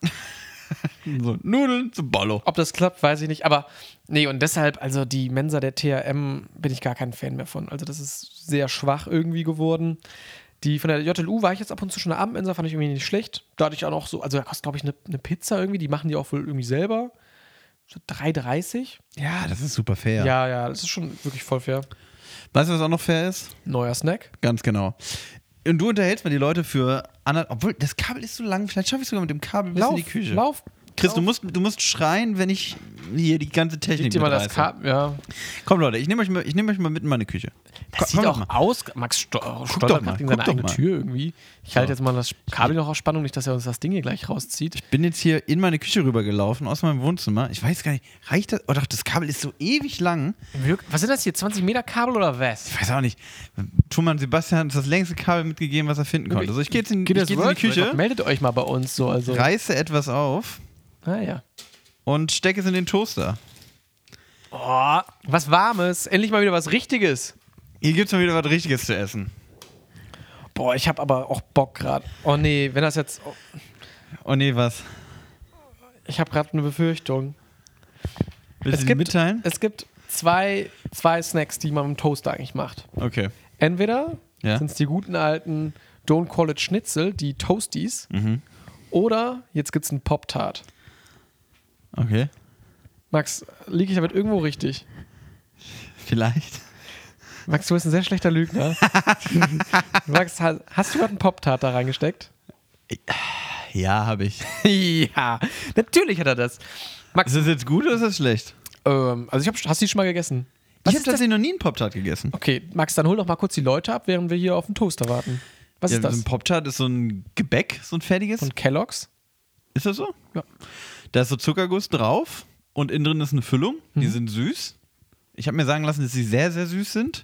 So Nudeln zu Bollo. Ob das klappt, weiß ich nicht. Aber nee, und deshalb, also die Mensa der TRM bin ich gar kein Fan mehr von. Also das ist sehr schwach irgendwie geworden. Die von der JLU war ich jetzt ab und zu schon eine Abendmensa, fand ich irgendwie nicht schlecht. Da hatte ich auch noch so, also da kostet, glaube ich, eine Pizza irgendwie. Die machen die auch wohl irgendwie selber. So 3,30. Ja, das ist super fair. Ja, das ist schon wirklich voll fair. Weißt du, was auch noch fair ist? Neuer Snack. Ganz genau. Und du unterhältst mal die Leute für obwohl das Kabel ist so lang, vielleicht schaffe ich sogar mit dem Kabel bis in die Küche. Lauf. Chris, du musst schreien, wenn ich hier die ganze Technik Gib dir mal das mitreiße. Kabel, ja. Komm Leute, ich nehme euch mal mit in meine Küche. Das sieht Komm auch mal. aus. Max stolpert doch mal, in seine guck doch eigene mal. Tür irgendwie. Ich halte jetzt mal das Kabel noch auf Spannung, nicht, dass er uns das Ding hier gleich rauszieht. Ich bin jetzt hier in meine Küche rübergelaufen, aus meinem Wohnzimmer. Ich weiß gar nicht, reicht das? Oh doch, das Kabel ist so ewig lang. Was sind das hier? 20 Meter Kabel oder was? Ich weiß auch nicht. Thumann Sebastian hat uns das längste Kabel mitgegeben, was er finden konnte. Also ich gehe jetzt in die Küche, Meldet euch mal bei uns so. Also. reiße etwas auf Ja. und stecke es in den Toaster. Oh, was Warmes. Endlich mal wieder was Richtiges. Hier gibt es mal wieder was Richtiges zu essen. Boah, ich habe aber auch Bock gerade. Oh nee, wenn das jetzt... Oh, Oh nee, was? ich habe gerade eine Befürchtung. Willst du die mitteilen? Es gibt zwei Snacks, die man im Toaster eigentlich macht. Okay. Entweder Ja. sind es die guten alten Don't Call It Schnitzel, die Toasties, oder jetzt gibt es einen Pop-Tart. Okay. Max, liege ich damit irgendwo richtig? Vielleicht. Max, du bist ein sehr schlechter Lügner. Max, hast du gerade einen Pop-Tart da reingesteckt? Ja, habe ich. Ja, natürlich hat er das. Max, Ist das jetzt gut oder ist das schlecht? also hast du die schon mal gegessen? Ich habe tatsächlich noch nie einen Pop-Tart gegessen. Okay, Max, dann hol doch mal kurz die Leute ab, während wir hier auf den Toaster warten. Was ist So das? ein Pop-Tart ist so ein Gebäck, so ein fertiges. Von Kellogg's? Ist das so? Ja. Da ist so Zuckerguss drauf und innen drin ist eine Füllung. Die sind süß. Ich habe mir sagen lassen, dass sie sehr, sehr süß sind.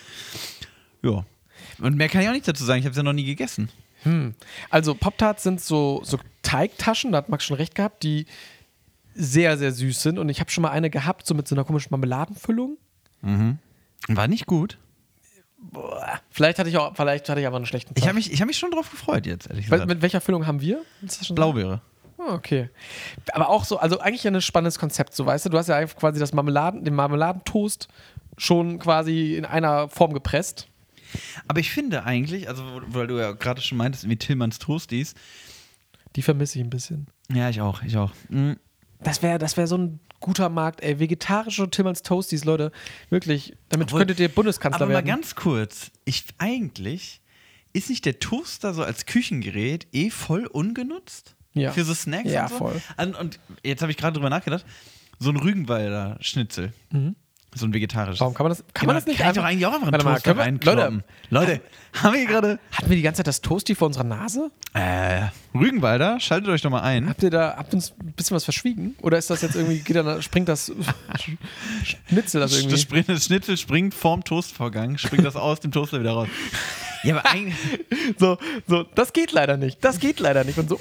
Ja. Und mehr kann ich auch nicht dazu sagen. Ich habe es ja noch nie gegessen. Also Pop-Tarts sind so Teigtaschen, da hat Max schon recht gehabt, die sehr, sehr süß sind. Und ich habe schon mal eine gehabt, so mit so einer komischen Marmeladenfüllung. War nicht gut. Vielleicht hatte ich aber einen schlechten Tag. Ich hab mich schon drauf gefreut jetzt, ehrlich gesagt. Mit welcher Füllung haben wir? Ist das schon Blaubeere. Ah, okay. Aber auch so, also eigentlich ein spannendes Konzept, so weißt du. Du hast ja einfach quasi den Marmeladentoast schon quasi in einer Form gepresst. Aber ich finde eigentlich, also weil du ja gerade schon meintest, wie Tillmanns Toasties. Die vermisse ich ein bisschen. Ja, ich auch. Das wär so ein guter Markt, ey. Vegetarische Tillmanns Toasties, Leute. Wirklich, damit könntet ihr Bundeskanzler aber werden. mal ganz kurz. Eigentlich ist nicht der Toaster so als Küchengerät voll ungenutzt? Ja. Für so Snacks Ja, und so? voll. Und jetzt habe ich gerade drüber nachgedacht. So ein Rügenwalder Schnitzel. So ein vegetarisches. Warum kann man das nicht Kann ich doch eigentlich auch einfach in den Warte mal, Toaster können wir- reinkloppen. Leute, haben wir hier gerade Hatten wir die ganze Zeit das Toasty vor unserer Nase? Rügenwalder? Schaltet euch doch mal ein. Habt ihr uns ein bisschen was verschwiegen? Oder ist das jetzt irgendwie, springt das Schnitzel das irgendwie? Das Schnitzel springt vorm Toastvorgang, springt das aus dem Toaster wieder raus. Ja, aber eigentlich. So, das geht leider nicht. Und so,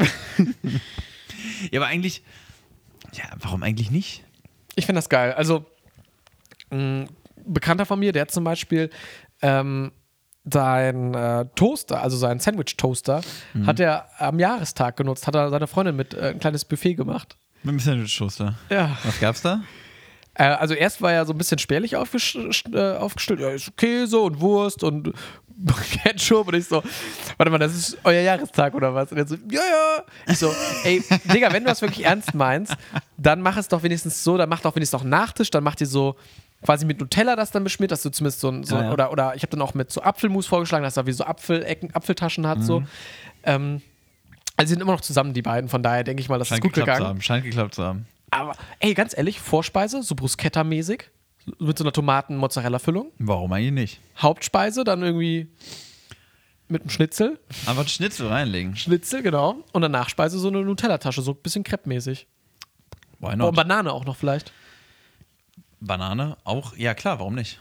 Ja, aber eigentlich. Ja, warum eigentlich nicht? Ich finde das geil. Also, ein Bekannter von mir, der hat zum Beispiel seinen Toaster, also seinen Sandwich-Toaster, hat er am Jahrestag genutzt, hat er seiner Freundin mit ein kleines Buffet gemacht. Mit einem Sandwich-Toaster. Ja. Was gab's da? Also erst war ja so ein bisschen spärlich aufgestellt. Ja, ist Käse und Wurst und Ketchup. Und ich so, warte mal, das ist euer Jahrestag oder was? Und er so, ja. Ich so, ey, Digga, wenn du das wirklich ernst meinst, dann mach es doch wenigstens so, dann mach doch wenigstens noch einen Nachtisch, dann mach dir so quasi mit Nutella das dann beschmiert, dass du zumindest so Ja. oder ich habe dann auch mit so Apfelmus vorgeschlagen, dass er wie so Apfeltaschen hat, so. Also sie sind immer noch zusammen, die beiden, von daher denke ich mal, das ist gut gegangen. Scheint geklappt zu haben. Aber, ey, ganz ehrlich, Vorspeise, so Bruschetta-mäßig, mit so einer Tomaten-Mozzarella-Füllung. Warum eigentlich nicht? Hauptspeise, dann irgendwie mit einem Schnitzel. Einfach einen Schnitzel reinlegen. Schnitzel, genau. Und dann Nachspeise so eine Nutella-Tasche, so ein bisschen Crepe-mäßig. Why Oh, not? und Banane auch noch vielleicht. Banane auch? Ja, klar, warum nicht?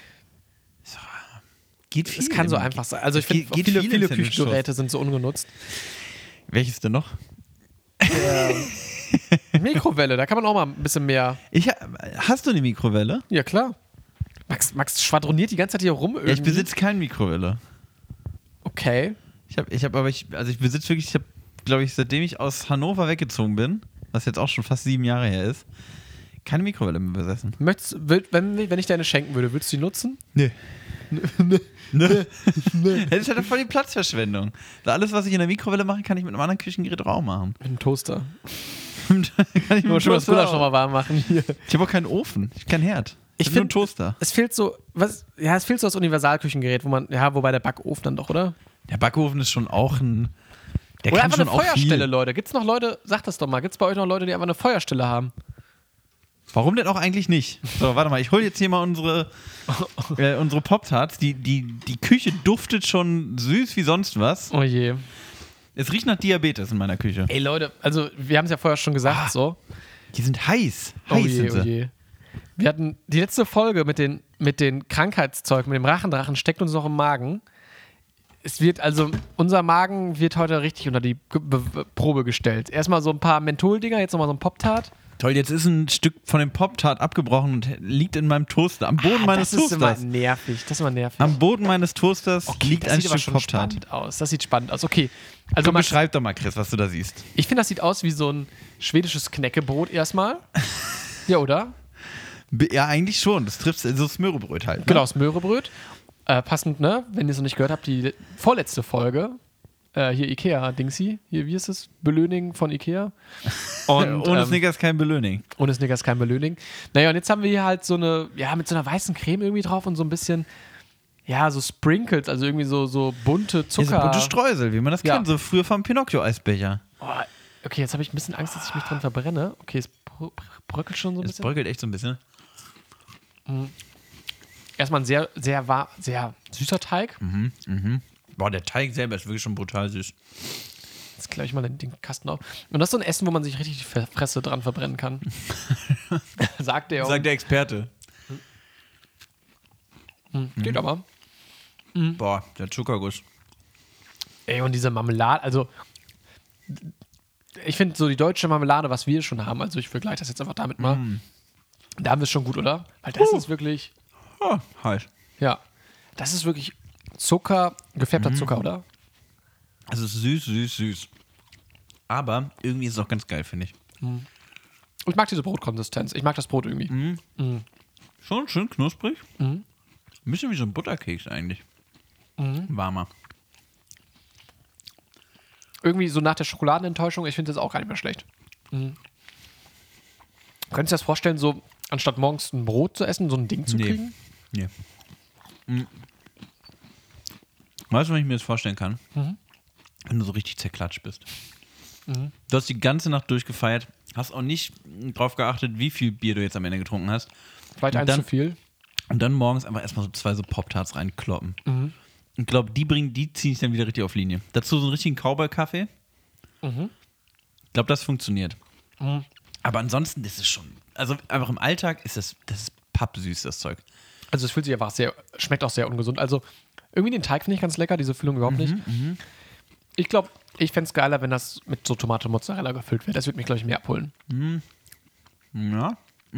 Geht viel. Es kann so einfach sein. Also ich finde, Geht viele viel im Küchengeräte sind so ungenutzt. Welches denn noch? Mikrowelle, da kann man auch mal ein bisschen mehr. Hast du eine Mikrowelle? Ja, klar. Max schwadroniert die ganze Zeit hier rum irgendwie. Ja, ich besitze keine Mikrowelle. Okay. Ich besitze wirklich, glaube ich, seitdem ich aus Hannover weggezogen bin, was jetzt auch schon fast 7 Jahre her ist, keine Mikrowelle mehr besessen. Wenn ich dir eine schenken würde, würdest du die nutzen? Nee. Das ist halt voll die Platzverschwendung. Alles, was ich in der Mikrowelle mache, kann ich mit einem anderen Küchengerät auch machen. Mit einem Toaster. kann ich mit Nur schon das Gulasch nochmal warm machen hier. Ich habe auch keinen Ofen, ich habe keinen Herd. Ich habe nur einen find- Toaster. Es fehlt so das Universalküchengerät, wobei der Backofen dann doch, oder? Der Backofen ist schon auch ein. Der Oder kann einfach schon eine auch Feuerstelle, viel. Leute. Gibt's noch Leute, sagt das doch mal, gibt's bei euch noch Leute, die einfach eine Feuerstelle haben? Warum denn auch eigentlich nicht? So, warte mal, ich hole jetzt hier mal unsere Pop-Tarts. Die Küche duftet schon süß wie sonst was. Oh je. Es riecht nach Diabetes in meiner Küche. Ey Leute, also wir haben es ja vorher schon gesagt, so. Die sind heiß. Oh Heiß je, sind sie. oh je. Wir hatten die letzte Folge mit den Krankheitszeug, mit dem Rachendrachen, steckt uns noch im Magen. Unser Magen wird heute richtig unter die Probe gestellt. Erstmal so ein paar Mentholdinger, jetzt nochmal so ein Pop-Tart. Toll, jetzt ist ein Stück von dem Pop-Tart abgebrochen und liegt in meinem Toaster. Am Boden meines Das ist Toasters. immer nervig. Das ist immer nervig. Am Boden meines Toasters liegt das ein sieht aber Stück schon Pop-Tart. spannend aus. Das sieht spannend aus. Okay. Also Komm, beschreib doch mal, Chris, was du da siehst. ich finde, das sieht aus wie so ein schwedisches Knäckebrot erstmal. Ja, oder? Ja, eigentlich schon. Das trifft so Smörebröt halt. Ne? Genau, das Möhrebröt. Passend, ne? Wenn ihr es noch nicht gehört habt, die vorletzte Folge. Hier Ikea-Dingsy. Hier, wie ist es? Belöning von Ikea. Und, Ohne Snickers kein Belöning. ohne Snickers kein Belöning. Naja, und jetzt haben wir hier halt so eine, ja, mit so einer weißen Creme irgendwie drauf und so ein bisschen, ja, so Sprinkles, also irgendwie so bunte Zucker. Hier so bunte Streusel, wie man das Ja. kennt. So früher vom Pinocchio-Eisbecher. Oh, okay, jetzt habe ich ein bisschen Angst, dass ich mich dran verbrenne. Okay, es bröckelt schon so ein Es bisschen. bröckelt echt so ein bisschen. Erstmal ein sehr, sehr süßer Teig. Boah, der Teig selber ist wirklich schon brutal süß. Jetzt klaue ich mal den Kasten auf. Und das ist so ein Essen, wo man sich richtig die Fresse dran verbrennen kann. Sagt der auch. Sagt der Experte. Geht aber. Boah, der Zuckerguss. Ey, und diese Marmelade, also ich finde so die deutsche Marmelade, was wir schon haben, also ich vergleiche das jetzt einfach damit mal. Da haben wir es schon gut, oder? Weil das ist wirklich, Oh, heiß. ja, das ist wirklich Zucker, gefärbter Zucker, oder? Also es ist süß, süß, süß. Aber irgendwie ist es auch ganz geil, finde ich. Ich mag diese Brotkonsistenz. Ich mag das Brot irgendwie. Schon schön knusprig. Ein bisschen wie so ein Butterkeks eigentlich. Warmer. Irgendwie so nach der Schokoladenenttäuschung, ich finde das auch gar nicht mehr schlecht. Könntest du dir das vorstellen, so anstatt morgens ein Brot zu essen, so ein Ding zu kriegen? Nee. Weißt du, was ich mir das vorstellen kann? Wenn du so richtig zerklatscht bist. Du hast die ganze Nacht durchgefeiert, hast auch nicht drauf geachtet, wie viel Bier du jetzt am Ende getrunken hast. Vielleicht Und eins dann- zu viel. Und dann morgens einfach erstmal so 2 so Pop-Tarts reinkloppen. Ich glaube, die ziehe ich dann wieder richtig auf Linie. Dazu so einen richtigen Cowboy-Kaffee. Ich glaube, das funktioniert. Aber ansonsten ist es schon, also einfach im Alltag ist das ist pappsüß, das Zeug. Also es fühlt sich einfach schmeckt auch sehr ungesund. Also irgendwie den Teig finde ich ganz lecker, diese Füllung überhaupt nicht. Ich glaube, ich fände es geiler, wenn das mit so Tomate und Mozzarella gefüllt wäre. Das würde mich, glaube ich, mehr abholen. Ja.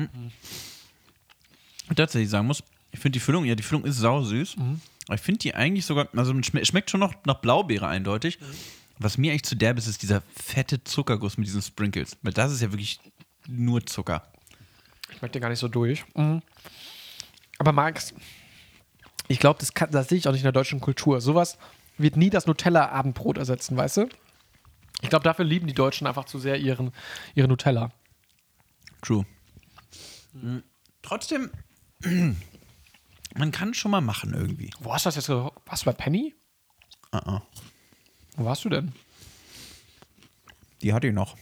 Tatsächlich sagen muss, ich finde die Füllung ist sausüß. Aber ich finde die eigentlich sogar, also schmeckt schon noch nach Blaubeere eindeutig. Was mir eigentlich zu derb ist dieser fette Zuckerguss mit diesen Sprinkles. Weil das ist ja wirklich nur Zucker. Ich mag den gar nicht so durch. Aber Max, ich glaube, das sehe ich auch nicht in der deutschen Kultur. Sowas wird nie das Nutella-Abendbrot ersetzen, weißt du? Ich glaube, dafür lieben die Deutschen einfach zu sehr ihre Nutella. True. Trotzdem, man kann schon mal machen irgendwie. Wo hast du das jetzt? Warst du bei Penny? Wo warst du denn? Die hatte ich noch.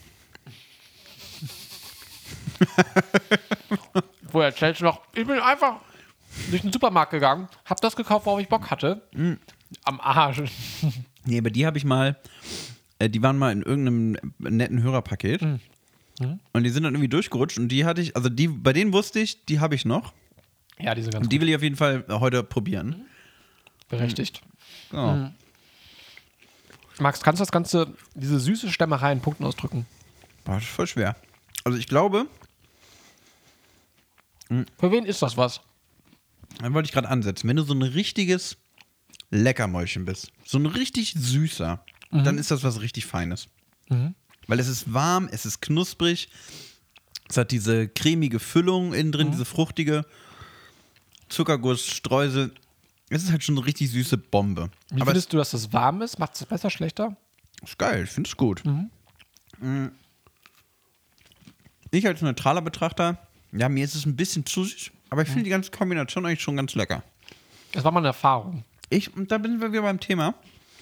Woher erzählst du noch? Ich bin einfach durch den Supermarkt gegangen, hab das gekauft, worauf ich Bock hatte. Am Arsch. Nee, aber die habe ich mal, die waren mal in irgendeinem netten Hörerpaket. Und die sind dann irgendwie durchgerutscht und die hatte ich, also bei denen wusste ich, die habe ich noch. Ja, die sind ganz Und die will ich auf jeden Fall heute probieren. berechtigt. Genau. Max, kannst du diese süße Stämmerei in Punkten ausdrücken? Boah, das ist voll schwer. Also ich glaube, Für wen ist das was? dann wollte ich gerade ansetzen, wenn du so ein richtiges Leckermäulchen bist, so ein richtig süßer, dann ist das was richtig Feines. Weil es ist warm, es ist knusprig, es hat diese cremige Füllung innen drin, diese fruchtige Zuckerguss, Streusel. Es ist halt schon eine richtig süße Bombe. Wie Aber findest du, dass das warm ist? Macht es besser, schlechter? ist geil, ich finde es gut. Ich als neutraler Betrachter, ja, mir ist es ein bisschen zu süß, aber ich finde die ganze Kombination eigentlich schon ganz lecker. Das war mal eine Erfahrung. Und da sind wir wieder beim Thema.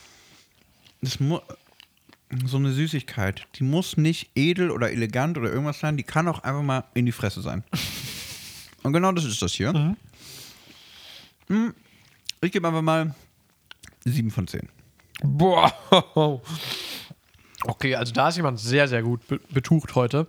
So eine Süßigkeit, die muss nicht edel oder elegant oder irgendwas sein, die kann auch einfach mal in die Fresse sein. Und genau das ist das hier. Ich gebe einfach mal 7 von 10. Boah. Okay, also da ist jemand sehr, sehr gut betucht heute.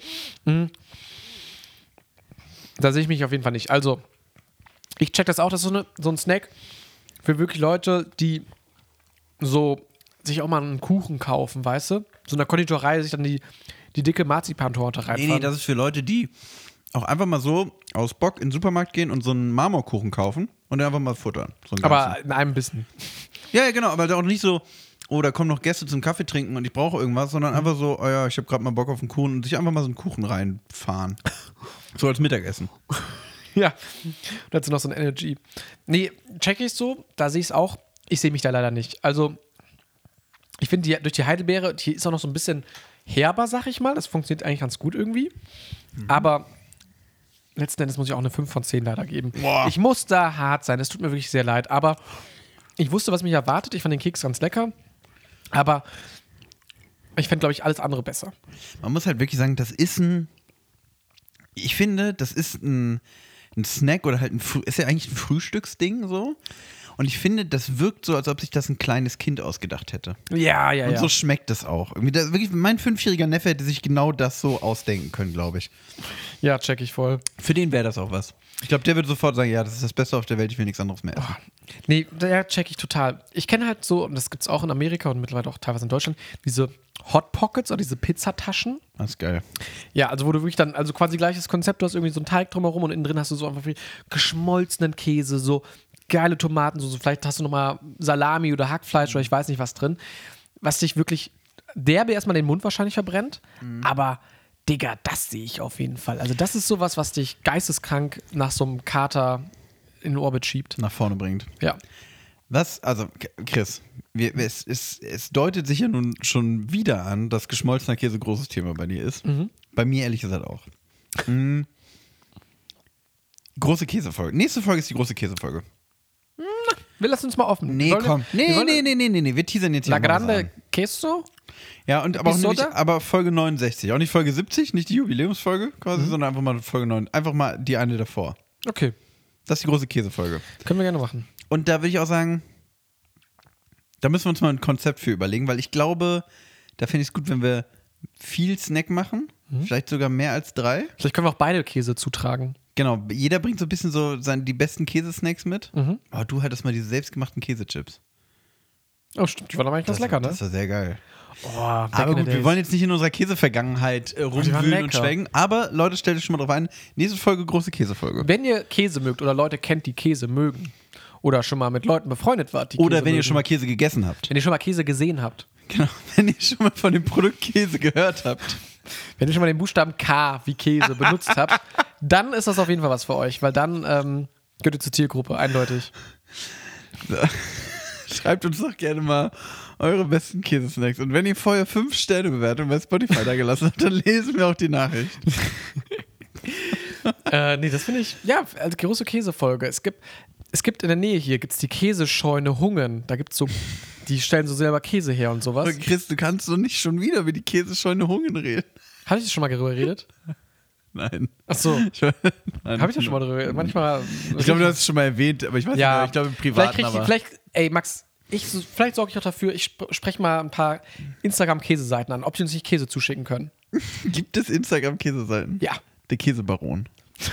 Da sehe ich mich auf jeden Fall nicht. Also, ich check das auch, das ist so ein Snack für wirklich Leute, die so sich auch mal einen Kuchen kaufen, weißt du? So in der Konditorei sich dann die dicke Marzipantorte reinfahren. Nee, das ist für Leute, die auch einfach mal so aus Bock in den Supermarkt gehen und so einen Marmorkuchen kaufen und den einfach mal futtern. So einen aber ganzen. in einem Bissen. Ja, genau, aber auch nicht so, oh, da kommen noch Gäste zum Kaffee trinken und ich brauche irgendwas, sondern einfach so, oh ja, ich habe gerade mal Bock auf einen Kuchen und sich einfach mal so einen Kuchen reinfahren. So als Mittagessen. Ja, und dazu noch so ein Energy. Nee, check ich so, da sehe ich es auch. Ich sehe mich da leider nicht. Also, ich finde, durch die Heidelbeere, die ist auch noch so ein bisschen herber, sag ich mal. Das funktioniert eigentlich ganz gut irgendwie. Aber letzten Endes muss ich auch eine 5 von 10 leider geben. Boah. Ich muss da hart sein. Es tut mir wirklich sehr leid. Aber ich wusste, was mich erwartet. Ich fand den Keks ganz lecker. Aber ich fände, glaube ich, alles andere besser. Man muss halt wirklich sagen, ich finde, das ist ein Snack oder halt ist ja eigentlich ein Frühstücksding so. Und ich finde, das wirkt so, als ob sich das ein kleines Kind ausgedacht hätte. Ja. Und so schmeckt es auch. Wirklich, mein 5-jähriger Neffe hätte sich genau das so ausdenken können, glaube ich. Ja, check ich voll. Für den wäre das auch was. Ich glaube, der würde sofort sagen, ja, das ist das Beste auf der Welt, ich will nichts anderes mehr essen. Nee, ja, check ich total. Ich kenne halt so, und das gibt es auch in Amerika und mittlerweile auch teilweise in Deutschland, diese Hot Pockets oder diese Pizzataschen. Das ist geil. Ja, also wo du wirklich dann, also quasi gleiches Konzept, du hast irgendwie so einen Teig drumherum und innen drin hast du so einfach viel geschmolzenen Käse, so geile Tomaten, so vielleicht hast du nochmal Salami oder Hackfleisch oder ich weiß nicht was drin, was dich wirklich derbe erstmal den Mund wahrscheinlich verbrennt, aber Digga, das sehe ich auf jeden Fall. Also das ist sowas, was dich geisteskrank nach so einem Kater in den Orbit schiebt. Nach vorne bringt. Ja. Also Chris, es deutet sich ja nun schon wieder an, dass geschmolzener Käse ein großes Thema bei dir ist. Bei mir ehrlich gesagt auch. Große Käsefolge. Nächste Folge ist die große Käsefolge. Wir lassen uns mal offen. Nee, komm. Nee. Wir teasern jetzt hier La mal was Grande an. Queso? Ja, und aber auch Episode? nämlich, aber Folge 69. Auch nicht Folge 70, nicht die Jubiläumsfolge quasi, sondern einfach mal Folge 9. Einfach mal die eine davor. Okay. Das ist die große Käsefolge. Können wir gerne machen. Und da würde ich auch sagen, da müssen wir uns mal ein Konzept für überlegen, weil ich glaube, da finde ich es gut, wenn wir viel Snack machen. Vielleicht sogar mehr als 3. Vielleicht können wir auch beide Käse zutragen. Genau, jeder bringt so ein bisschen so die besten Käsesnacks mit. Aber du hattest mal diese selbstgemachten Käsechip. Oh, stimmt. Die waren aber eigentlich ganz lecker, ne? Das war sehr geil. Oh, Aber gut, wir wollen jetzt nicht in unserer Käsevergangenheit waren rumwühlen und lecker. schwelgen. Aber Leute, stellt euch schon mal drauf ein. Nächste Folge, große Käsefolge. Wenn ihr Käse mögt oder Leute kennt, die Käse mögen oder schon mal mit Leuten befreundet wart, die Oder Käse wenn ihr mögen. schon mal Käse gegessen habt. Wenn ihr schon mal Käse gesehen habt. Genau, wenn ihr schon mal von dem Produkt Käse gehört habt. Wenn ihr schon mal den Buchstaben K wie Käse benutzt habt, dann ist das auf jeden Fall was für euch, weil dann gehört ihr zur Zielgruppe, eindeutig. So. Schreibt uns doch gerne mal eure besten Käsesnacks. Und wenn ihr vorher 5-Sterne-Bewertung bei Spotify da gelassen habt, dann lesen wir auch die Nachricht. Nee, das finde ich, ja, also große Käsefolge. Es gibt in der Nähe hier, gibt's die Käsescheune Hungen. Da gibt's so, die stellen so selber Käse her und sowas. Aber Chris, du kannst doch nicht schon wieder über die Käsescheune Hungen reden. Habe ich das schon mal darüber geredet? Nein. Ach so. Nein. Habe ich das schon mal drüber geredet? Manchmal. Ich glaube, du hast es schon mal erwähnt, aber ich weiß Ja, nicht, ich glaube im Privaten. Ey Max, vielleicht sorge ich auch dafür, ich spreche mal ein paar Instagram-Käseseiten an, ob sie uns nicht Käse zuschicken können. Gibt es Instagram-Käseseiten? Ja. Der Käsebaron.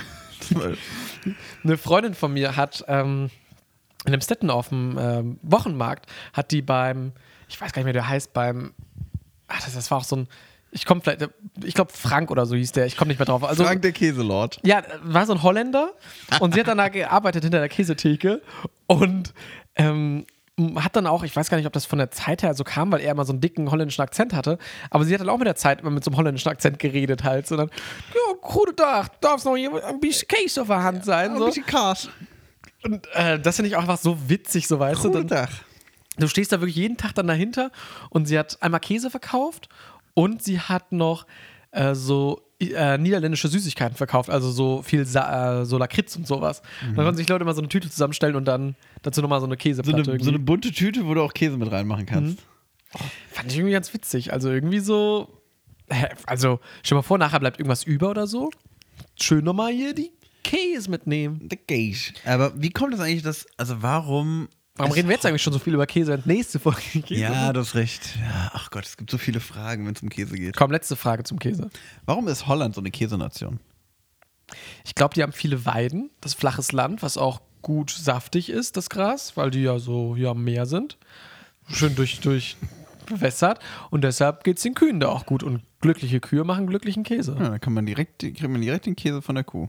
Eine Freundin von mir hat in Emstetten auf dem Wochenmarkt, hat die ich weiß gar nicht mehr, der heißt das war auch so ein, ich glaube Frank oder so hieß der, ich komme nicht mehr drauf. Also, Frank der Käselord. Ja, war so ein Holländer und sie hat dann da gearbeitet hinter der Käsetheke und hat dann auch, ich weiß gar nicht, ob das von der Zeit her so kam, weil er immer so einen dicken holländischen Akzent hatte, aber sie hat dann auch mit der Zeit immer mit so einem holländischen Akzent geredet halt. So dann, ja, guten Tag, darf es noch ein bisschen Käse auf der Hand sein? So. Ein bisschen Käse. Und das finde ich auch einfach so witzig, so weißt du. Guten Tag. Du stehst da wirklich jeden Tag dann dahinter und sie hat einmal Käse verkauft und sie hat noch niederländische Süßigkeiten verkauft, also so viel so Lakritz und sowas. Dann konnten sich Leute immer so eine Tüte zusammenstellen und dann dazu nochmal so eine Käseplatte. So eine bunte Tüte, wo du auch Käse mit reinmachen kannst. Fand ich irgendwie ganz witzig. Also irgendwie so, also stell dir mal vor, nachher bleibt irgendwas über oder so. Schön nochmal hier die Käse mitnehmen. Der Käse. Aber wie kommt das eigentlich, warum reden wir jetzt eigentlich schon so viel über Käse? Nächste Folge Käse. Ja, du hast recht. Ja, ach Gott, es gibt so viele Fragen, wenn es um Käse geht. Komm, letzte Frage zum Käse. Warum ist Holland so eine Käsenation? Ich glaube, die haben viele Weiden, das flaches Land, was auch gut saftig ist, das Gras, weil die ja so hier am Meer sind. Schön durch bewässert. Und deshalb geht es den Kühen da auch gut. Und glückliche Kühe machen glücklichen Käse. Ja, dann kriegt man direkt den Käse von der Kuh.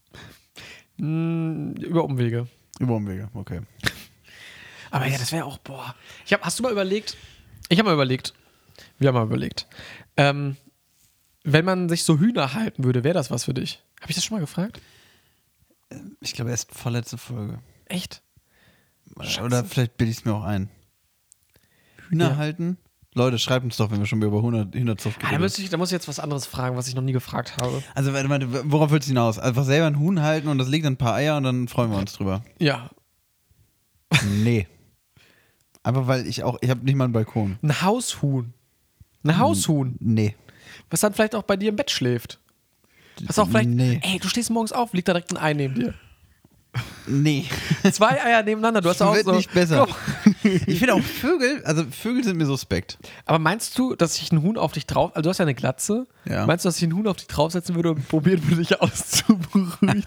Über Umwege. Über Umwege, okay. Aber ja, das wäre auch, hast du mal überlegt? Wir haben mal überlegt. Wenn man sich so Hühner halten würde, wäre das was für dich? Habe ich das schon mal gefragt? Ich glaube, erst vorletzte Folge. Echt? Oder vielleicht bilde ich es mir auch ein. Hühner halten? Leute, schreibt uns doch, wenn wir schon über Hühnerzucht reden. Da muss ich jetzt was anderes fragen, was ich noch nie gefragt habe. Also, warte, worauf willst du hinaus? Einfach selber ein Huhn halten und das legt dann ein paar Eier und dann freuen wir uns drüber. Ja. Nee. Einfach weil ich habe nicht mal einen Balkon. Ein Haushuhn. Nee. Was dann vielleicht auch bei dir im Bett schläft. Was auch vielleicht, ey, du stehst morgens auf, liegt da direkt ein Ei neben dir. Nee. 2 Eier nebeneinander, du hast auch wird so... nicht besser. Ich finde auch Vögel sind mir suspekt. Aber meinst du, dass sich ein Huhn auf dich drauf... Also du hast ja eine Glatze. Ja. Meinst du, dass sich ein Huhn auf dich draufsetzen würde und probieren würde, dich auszubrüten?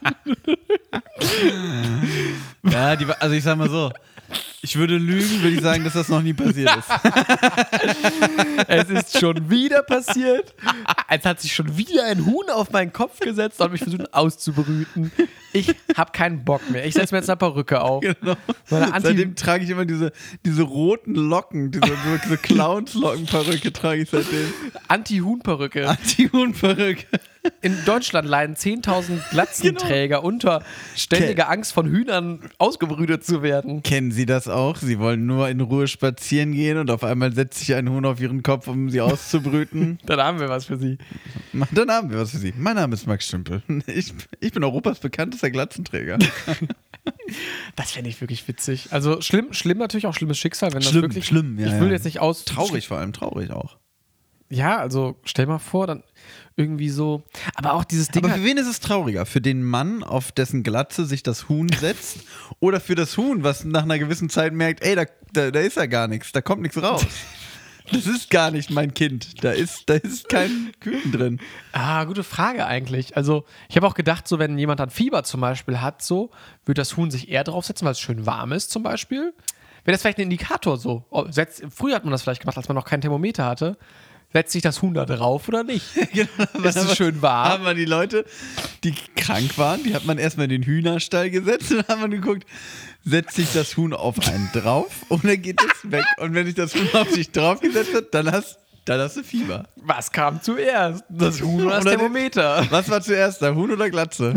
Ja, ich sag mal so, ich würde lügen, würde ich sagen, dass das noch nie passiert ist. Es ist schon wieder passiert. Es hat sich schon wieder ein Huhn auf meinen Kopf gesetzt und mich versucht auszubrüten. Ich habe keinen Bock mehr. Ich setze mir jetzt eine Perücke auf. Genau. Seitdem trage ich immer diese roten Locken, diese Clowns-Locken-Perücke trage ich seitdem. Anti-Huhn-Perücke. Anti-Huhn-Perücke. In Deutschland leiden 10.000 Glatzenträger unter ständiger Angst von Hühnern ausgebrütet zu werden. Kennen Sie das auch? Sie wollen nur in Ruhe spazieren gehen und auf einmal setzt sich ein Huhn auf Ihren Kopf, um Sie auszubrüten. Dann haben wir was für Sie. Mein Name ist Max Stümpel. Ich bin Europas bekanntester Glatzenträger. Das fände ich wirklich witzig. Also schlimm natürlich auch schlimmes Schicksal, wenn das schlimm, wirklich... Schlimm, ja. Ich will jetzt nicht Traurig vor allem, traurig auch. Ja, also stell mal vor, dann irgendwie so. Aber auch dieses Ding. Aber für wen ist es trauriger? Für den Mann, auf dessen Glatze sich das Huhn setzt? Oder für das Huhn, was nach einer gewissen Zeit merkt, ey, da ist ja gar nichts, da kommt nichts raus. Das ist gar nicht mein Kind. Da ist kein Küken drin. Gute Frage eigentlich. Also, ich habe auch gedacht, so wenn jemand dann Fieber zum Beispiel hat, so, würde das Huhn sich eher draufsetzen, weil es schön warm ist zum Beispiel. Wäre das vielleicht ein Indikator so? Früher hat man das vielleicht gemacht, als man noch kein Thermometer hatte. Setzt sich das Huhn da drauf oder nicht? Genau, ist es schön warm? Haben wir die Leute, die krank waren, die hat man erstmal in den Hühnerstall gesetzt und dann haben wir geguckt, setzt sich das Huhn auf einen drauf oder geht es weg? Und wenn sich das Huhn auf sich drauf gesetzt hat, dann hast Dann hast du Fieber. Was kam zuerst? Das Huhn oder das Oder Thermometer? Was war zuerst, der Huhn oder Glatze?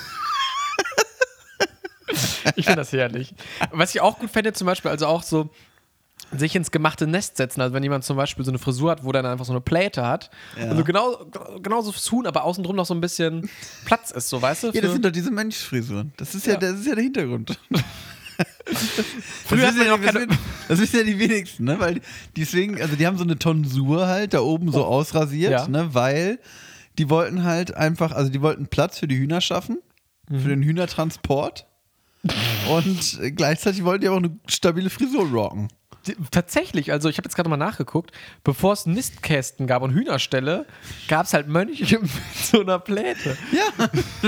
Ich finde das herrlich. Was ich auch gut fände, zum Beispiel, also auch so sich ins gemachte Nest setzen. Also wenn jemand zum Beispiel so eine Frisur hat, wo dann einfach so eine Pläte hat. Ja. Also genauso fürs Huhn, aber außenrum noch so ein bisschen Platz ist, so, weißt du? Ja, das sind doch diese Mönchsfrisuren. Das ist ja der Hintergrund. Früher hat man ja auch das wissen ja die wenigsten, ne? Weil deswegen, also die haben so eine Tonsur halt da oben so ausrasiert, Ja. ne? Weil die wollten halt einfach, also die wollten Platz für die Hühner schaffen, für den Hühnertransport und gleichzeitig wollten die auch eine stabile Frisur rocken. Tatsächlich, also ich habe jetzt gerade mal nachgeguckt, bevor es Nistkästen gab und Hühnerställe, gab es halt Mönche mit so einer Pläte. Ja.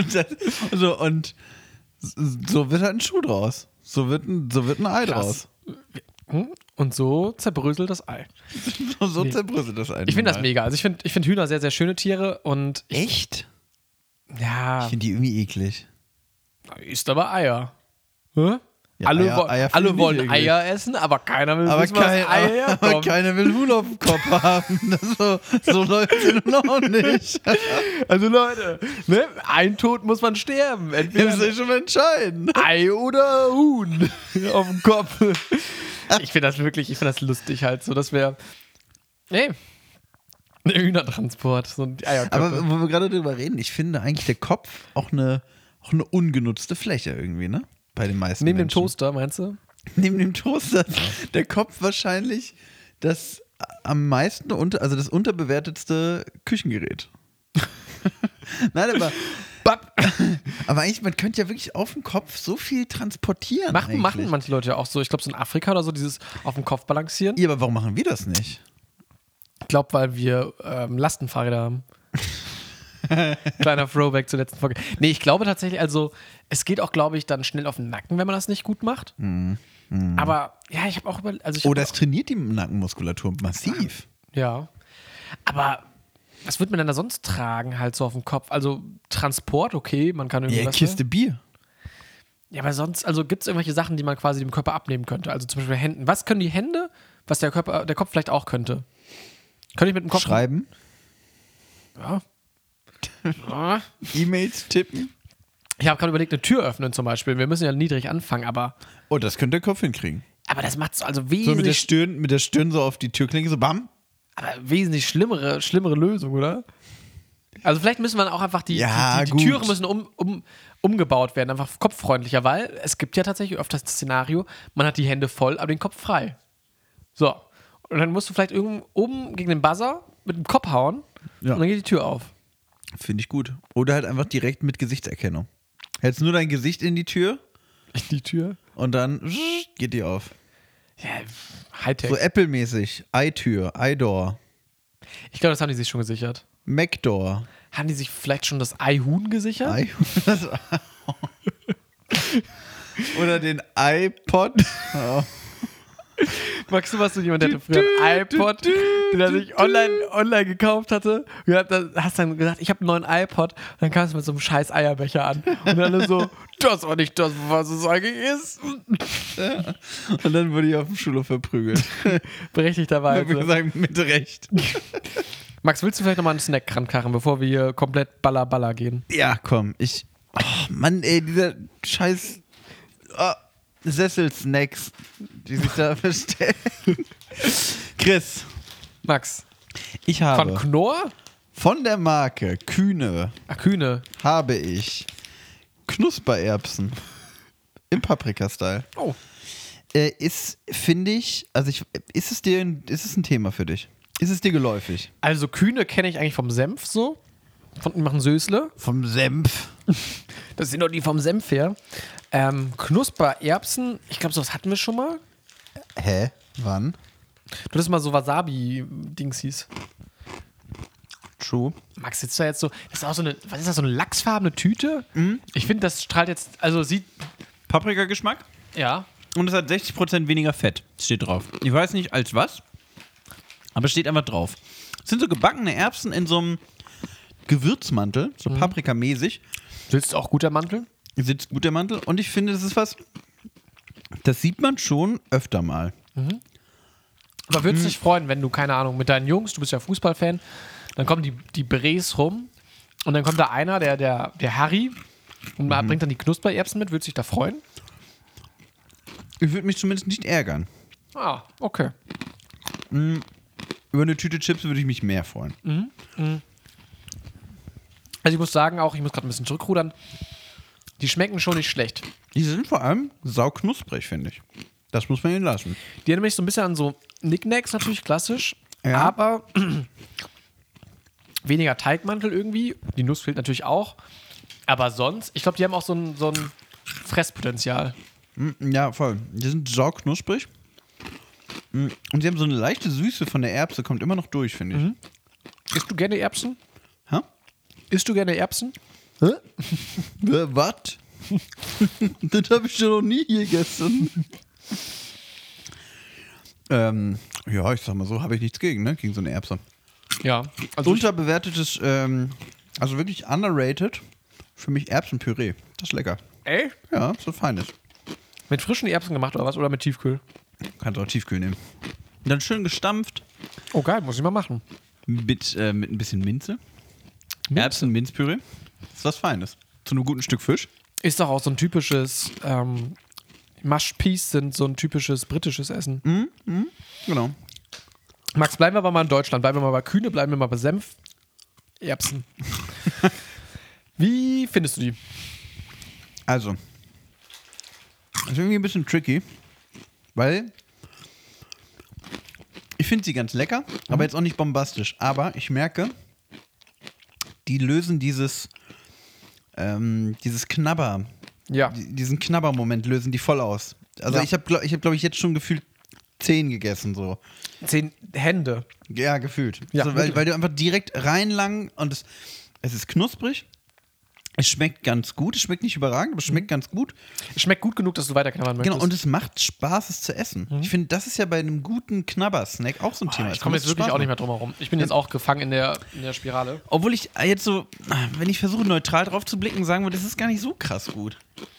Und so wird halt ein Schuh draus. So wird ein Ei draus. Und so zerbröselt das Ei. So zerbröselt das Ei. Ich finde das mega. Also ich find Hühner sehr, sehr schöne Tiere und Echt? ja, Ich finde die irgendwie eklig. isst aber Eier. Hä? Ja, alle Eier alle finde ich wollen eklig. Eier essen, aber keiner will Aber, wissen, was Eier aber herkommt. keiner will Huhn auf dem Kopf haben. So läuft es noch nicht. Also Leute, ne? Ein Tod muss man sterben. Wir Entweder müssen sich schon mal entscheiden. Ei oder Huhn auf dem Kopf. Ich finde das lustig halt so, dass wir, nee, ein Hühnertransport, so ein Eierköpfe. Aber wo wir gerade drüber reden, ich finde eigentlich der Kopf auch eine ungenutzte Fläche irgendwie, ne? Bei den meisten Neben dem Menschen. Toaster, meinst du? Neben dem Toaster. Der Kopf wahrscheinlich das am meisten, also das unterbewertetste Küchengerät. Nein, aber eigentlich, man könnte ja wirklich auf dem Kopf so viel transportieren. Machen eigentlich. manche Leute ja auch so. Ich glaube, so in Afrika oder so, dieses auf dem Kopf balancieren. Ja, aber warum machen wir das nicht? Ich glaube, weil wir Lastenfahrräder haben. Kleiner Throwback zur letzten Folge. Nee, ich glaube tatsächlich, also es geht auch, glaube ich, dann schnell auf den Nacken, wenn man das nicht gut macht. Aber ja, ich habe auch Das trainiert die Nackenmuskulatur massiv. Ja. Aber was wird man denn da sonst tragen, halt so auf dem Kopf? Also Transport, okay, man kann irgendwie Ja, was. Kiste Bier. Ja, aber sonst, also gibt es irgendwelche Sachen, die man quasi dem Körper abnehmen könnte? Also zum Beispiel Händen. Was können die Hände, was der Kopf vielleicht auch könnte? Könnte ich mit dem Kopf Schreiben, Ja. Ja. E-Mails tippen. Ich habe gerade überlegt, eine Tür öffnen zum Beispiel. Wir müssen ja niedrig anfangen, aber Oh, das könnte der Kopf hinkriegen. das macht es also So wesentlich, mit der Stirn so auf die Türklinke, so bam. aber wesentlich schlimmere Lösung, oder? Also vielleicht müssen wir auch einfach die gut. Türen müssen umgebaut werden, einfach kopffreundlicher, weil es gibt ja tatsächlich öfters das Szenario, man hat die Hände voll, aber den Kopf frei. So. Und dann musst du vielleicht oben gegen den Buzzer mit dem Kopf hauen und dann geht die Tür auf. Finde ich gut. Oder halt einfach direkt mit Gesichtserkennung. Hältst nur dein Gesicht in die Tür In die Tür? und dann geht die auf. Ja, Hightech. So Apple-mäßig. iTür, iDoor, Ich glaube, das haben die sich schon gesichert. MacDoor. Haben die sich vielleicht schon das Ei-Huhn gesichert? Oder den iPod. Oh. Magst du was, so jemand, der hatte früher ein iPod, den er sich online gekauft hatte? Und hast dann gesagt, ich habe einen neuen iPod. Und dann kam es mit so einem scheiß Eierbecher an. Und dann so, das war nicht das, was es eigentlich ist. Ja. Und dann wurde ich auf dem Schulhof verprügelt. Berechtigterweise. Wir sagen mit Recht. Max, willst du vielleicht nochmal einen Snack rankarren, bevor wir hier komplett Baller gehen? Ja, komm. Oh, Mann, ey, dieser scheiß Sessel-Snacks, die sich da verstellen. Chris, Max. ich habe Von Knorr? von der Marke Kühne Kühne. habe ich Knuspererbsen im Paprika-Style. Oh. Ist es ein Thema für dich? Ist es dir geläufig? Also Kühne kenne ich eigentlich vom Senf so. Die machen Sösle. Vom Senf. Das sind doch die vom Senf her. Knuspererbsen, ich glaube, sowas hatten wir schon mal. Hä? Wann? Du hast mal so Wasabi-Dings hieß. True. Max sitzt da jetzt so, das ist auch so eine, was ist das, so eine lachsfarbene Tüte? Ich finde, das strahlt jetzt, also sieht, Paprikageschmack ja. und es hat 60% weniger Fett. Steht drauf. Ich weiß nicht als was, aber es steht einfach drauf. Es sind so gebackene Erbsen in so einem Gewürzmantel, so paprikamäßig. Sitzt auch gut der Mantel? Sitzt gut der Mantel. Und ich finde, das ist was, das sieht man schon öfter mal. Aber würdest du dich freuen, wenn du, keine Ahnung, mit deinen Jungs, du bist ja Fußballfan, dann kommen die Berets rum und dann kommt da einer, der Harry, und bringt dann die Knuspererbsen mit. Würdest du dich da freuen? Ich würde mich zumindest nicht ärgern. Ah, okay. Über eine Tüte Chips würde ich mich mehr freuen. Also ich muss sagen auch, ich muss gerade ein bisschen zurückrudern, die schmecken schon nicht schlecht. Die sind vor allem sauknusprig, finde ich. Das muss man ihnen lassen. Die erinnern mich so ein bisschen an so Knickknacks, natürlich klassisch, Ja. aber weniger Teigmantel irgendwie. Die Nuss fehlt natürlich auch. Aber sonst, ich glaube, die haben auch so ein Fresspotenzial. Ja, voll. Die sind sauknusprig. Und sie haben so eine leichte Süße von der Erbse, kommt immer noch durch, finde ich. Isst du gerne Erbsen? Hä? Isst du gerne Erbsen? Was? Das habe ich schon noch nie gegessen. Ja, ich sag mal so, habe ich nichts gegen, ne? Gegen so eine Erbse. Ja. Also Unterbewertetes, also wirklich underrated, für mich Erbsenpüree. Das ist lecker. ey? Ja, so feines. Mit frischen Erbsen gemacht oder was? Oder mit Tiefkühl? Kannst auch Tiefkühl nehmen. Und dann schön gestampft Oh geil, muss ich mal machen. mit ein bisschen Minze. Erbsen-Minzpüree. Das ist was Feines. Zu einem guten Stück Fisch. Ist doch auch so ein typisches Mashed Peas sind so ein typisches britisches Essen. Genau. Max, bleiben wir aber mal in Deutschland. Bleiben wir mal bei Kühne, bleiben wir mal bei Senf. Erbsen. Wie findest du die? Also, das ist irgendwie ein bisschen tricky, weil ich finde sie ganz lecker, aber jetzt auch nicht bombastisch. Aber ich merke, die lösen dieses Knabber, Ja. diesen Knabbermoment lösen die voll aus. Also Ja. ich habe, glaube ich, jetzt schon gefühlt 10 gegessen, so. 10 Hände. Ja, gefühlt. Ja, so, wirklich. weil du einfach direkt reinlangen und es ist knusprig. Es schmeckt ganz gut. Es schmeckt nicht überragend, aber es schmeckt ganz gut. Schmeckt gut genug, dass du weiterknabbern möchtest. Genau, und es macht Spaß, es zu essen. Ich finde, das ist ja bei einem guten Knabbersnack auch so ein Thema. Ich komme jetzt wirklich auch nicht mehr drum herum. Ich bin jetzt auch gefangen in der Spirale. Obwohl ich jetzt so, wenn ich versuche, neutral drauf zu blicken, sagen würde, das ist gar nicht so krass gut.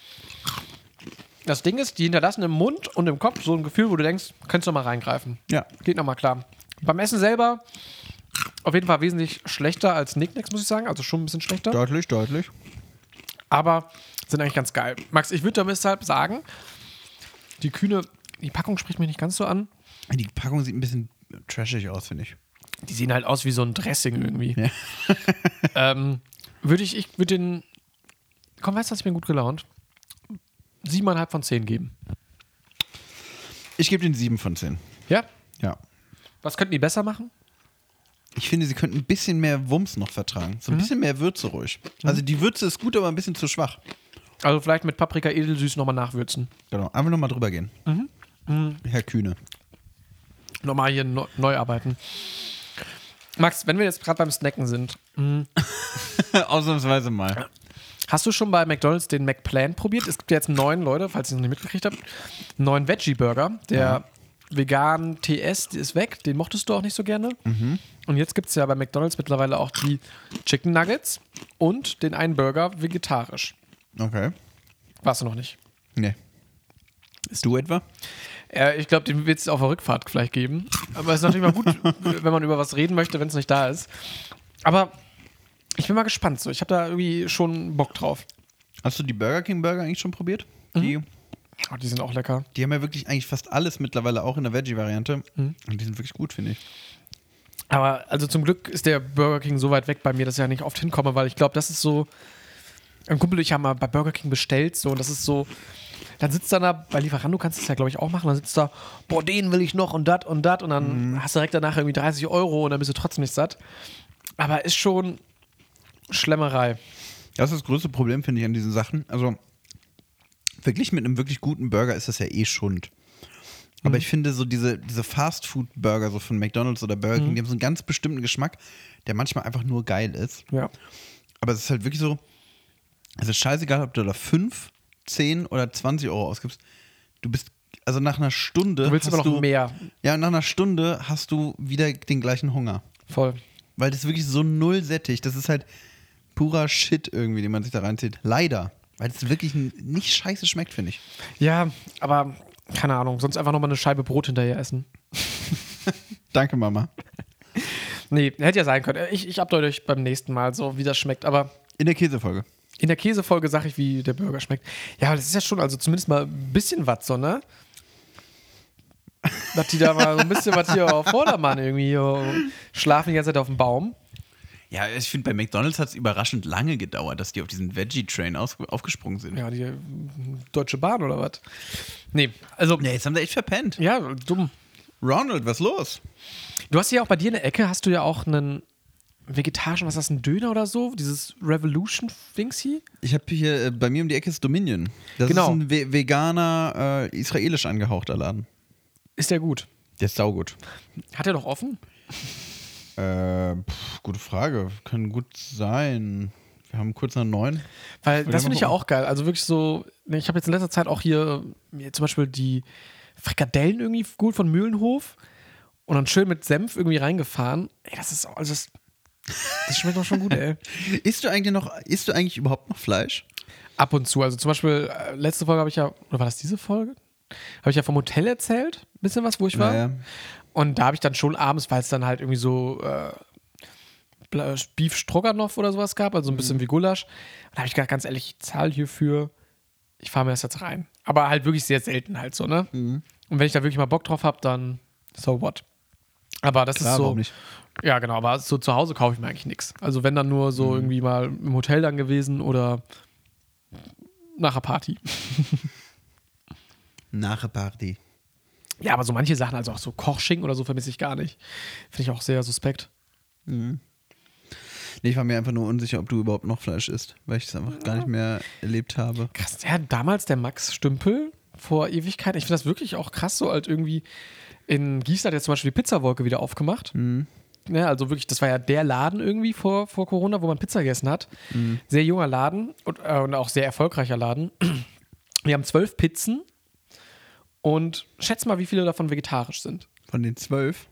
Das Ding ist, die hinterlassen im Mund und im Kopf so ein Gefühl, wo du denkst, könntest du noch mal reingreifen. Ja. Geht nochmal klar. Beim Essen selber auf jeden Fall wesentlich schlechter als Knickknacks, muss ich sagen. Also schon ein bisschen schlechter. Deutlich, deutlich. Aber sind eigentlich ganz geil. Max, ich würde deshalb sagen, die Kühne, die Packung spricht mich nicht ganz so an. Die Packung sieht ein bisschen trashig aus, finde ich. Die sehen halt aus wie so ein Dressing irgendwie. Ja. Ich würde den, komm, weißt du was, ich bin gut gelaunt. 7,5 von 10 geben. Ich gebe den 7 von 10. Ja? Ja. Was könnten die besser machen? Ich finde, sie könnten ein bisschen mehr Wumms noch vertragen. So ein bisschen mehr Würze ruhig. Also die Würze ist gut, aber ein bisschen zu schwach. Also vielleicht mit Paprika edelsüß nochmal nachwürzen. Genau, einfach nochmal drüber gehen. Herr Kühne. Nochmal hier neu arbeiten. Max, wenn wir jetzt gerade beim Snacken sind, Ausnahmsweise mal. hast du schon bei McDonald's den McPlan probiert? Es gibt ja jetzt einen neuen, Leute, falls ihr es noch nicht mitgekriegt habt, einen neuen Veggie-Burger, der vegan TS, die ist weg, den mochtest du auch nicht so gerne. Und jetzt gibt es ja bei McDonald's mittlerweile auch die Chicken Nuggets und den einen Burger vegetarisch. Okay. Warst du noch nicht? Nee. Du etwa? Ich glaube, den wird es auf der Rückfahrt vielleicht geben. Aber es ist natürlich mal gut, wenn man über was reden möchte, wenn es nicht da ist. Aber ich bin mal gespannt. So. Ich habe da irgendwie schon Bock drauf. Hast du die Burger King Burger eigentlich schon probiert? Die sind auch lecker. Die haben ja wirklich eigentlich fast alles mittlerweile auch in der Veggie-Variante. Und die sind wirklich gut, finde ich. Aber also zum Glück ist der Burger King so weit weg bei mir, dass ich ja nicht oft hinkomme, weil ich glaube, das ist so. Ein Kumpel und ich haben mal bei Burger King bestellt, so, und das ist so. Dann sitzt da bei Lieferando, kannst du das ja, glaube ich, auch machen. Dann sitzt da, boah, den will ich noch und dat und dat. Und dann hast du direkt danach irgendwie 30 Euro und dann bist du trotzdem nicht satt. Aber ist schon Schlemmerei. Das ist das größte Problem, finde ich, an diesen Sachen. Also, verglichen mit einem wirklich guten Burger ist das ja eh Schund. Aber ich finde, so diese Fast-Food-Burger so von McDonald's oder Burger King, die haben so einen ganz bestimmten Geschmack, der manchmal einfach nur geil ist. Ja. Aber es ist halt wirklich so, es ist scheißegal, ob du da 5, 10 oder 20 Euro ausgibst. Du bist, also nach einer Stunde. Du willst immer noch mehr. Ja, nach einer Stunde hast du wieder den gleichen Hunger. Voll. Weil das wirklich so null sättigt. Das ist halt purer Shit irgendwie, den man sich da reinzieht. Leider. Weil es wirklich nicht scheiße schmeckt, finde ich. Ja, aber keine Ahnung, sonst einfach nochmal eine Scheibe Brot hinterher essen. Danke, Mama. Nee, hätte ja sein können. Ich update euch beim nächsten Mal so, wie das schmeckt. Aber In der Käsefolge. in der Käsefolge sage ich, wie der Burger schmeckt. Ja, aber das ist ja schon, also zumindest mal ein bisschen was so, ne? Dass die da mal so ein bisschen was hier auf Vordermann irgendwie schlafen die ganze Zeit auf dem Baum. Ja, ich finde, bei McDonald's hat es überraschend lange gedauert, dass die auf diesen Veggie-Train aufgesprungen sind. Ja, die Deutsche Bahn oder was? Nee, also, Ja, jetzt haben sie echt verpennt. ja, dumm. Ronald, was los? Du hast ja auch bei dir in der Ecke, hast du ja auch einen vegetarischen, was ist das, ein Döner oder so? Dieses Revolution-Dings hier? Ich habe hier, bei mir um die Ecke ist Dominion. Das Genau. ist ein veganer, israelisch angehauchter Laden. Ist der gut? Der ist saugut. Hat er noch offen? Gute Frage. Kann gut sein. Wir haben kurz nach 9. Weil das finde ich ja gucken. auch geil. Also wirklich so, ich habe jetzt in letzter Zeit auch hier mir zum Beispiel die Frikadellen irgendwie gut von Mühlenhof und dann schön mit Senf irgendwie reingefahren. Ey, das ist auch, also das schmeckt doch schon gut, ey. Isst du eigentlich überhaupt noch Fleisch? Ab und zu. Also zum Beispiel, letzte Folge habe ich ja, oder war das diese Folge? Habe ich ja vom Hotel erzählt, ein bisschen was, wo ich war. Naja. Und da habe ich dann schon abends, weil es dann halt irgendwie so Beef Stroganoff oder sowas gab, also ein bisschen wie Gulasch. Da habe ich gedacht, ganz ehrlich, ich zahle hierfür, ich fahre mir das jetzt rein. Aber halt wirklich sehr selten halt so, ne? Und wenn ich da wirklich mal Bock drauf habe, dann so what. Aber das Klar, ist so. warum nicht? Ja, genau, aber so zu Hause kaufe ich mir eigentlich nichts. Also wenn dann nur so irgendwie mal im Hotel dann gewesen oder nach einer Party. Nach der Party. Ja, aber so manche Sachen, also auch so Kochschinken oder so, vermisse ich gar nicht. Finde ich auch sehr suspekt. Nee, ich war mir einfach nur unsicher, ob du überhaupt noch Fleisch isst, weil ich es einfach gar nicht mehr erlebt habe. Krass, ja, damals der Max Stümpel vor Ewigkeiten. Ich finde das wirklich auch krass, so alt irgendwie. In Gießen hat er zum Beispiel die Pizzawolke wieder aufgemacht. Ja, also wirklich, das war ja der Laden irgendwie vor Corona, wo man Pizza gegessen hat. Sehr junger Laden und auch sehr erfolgreicher Laden. Wir haben 12 Pizzen und schätz mal, wie viele davon vegetarisch sind. Von den 12?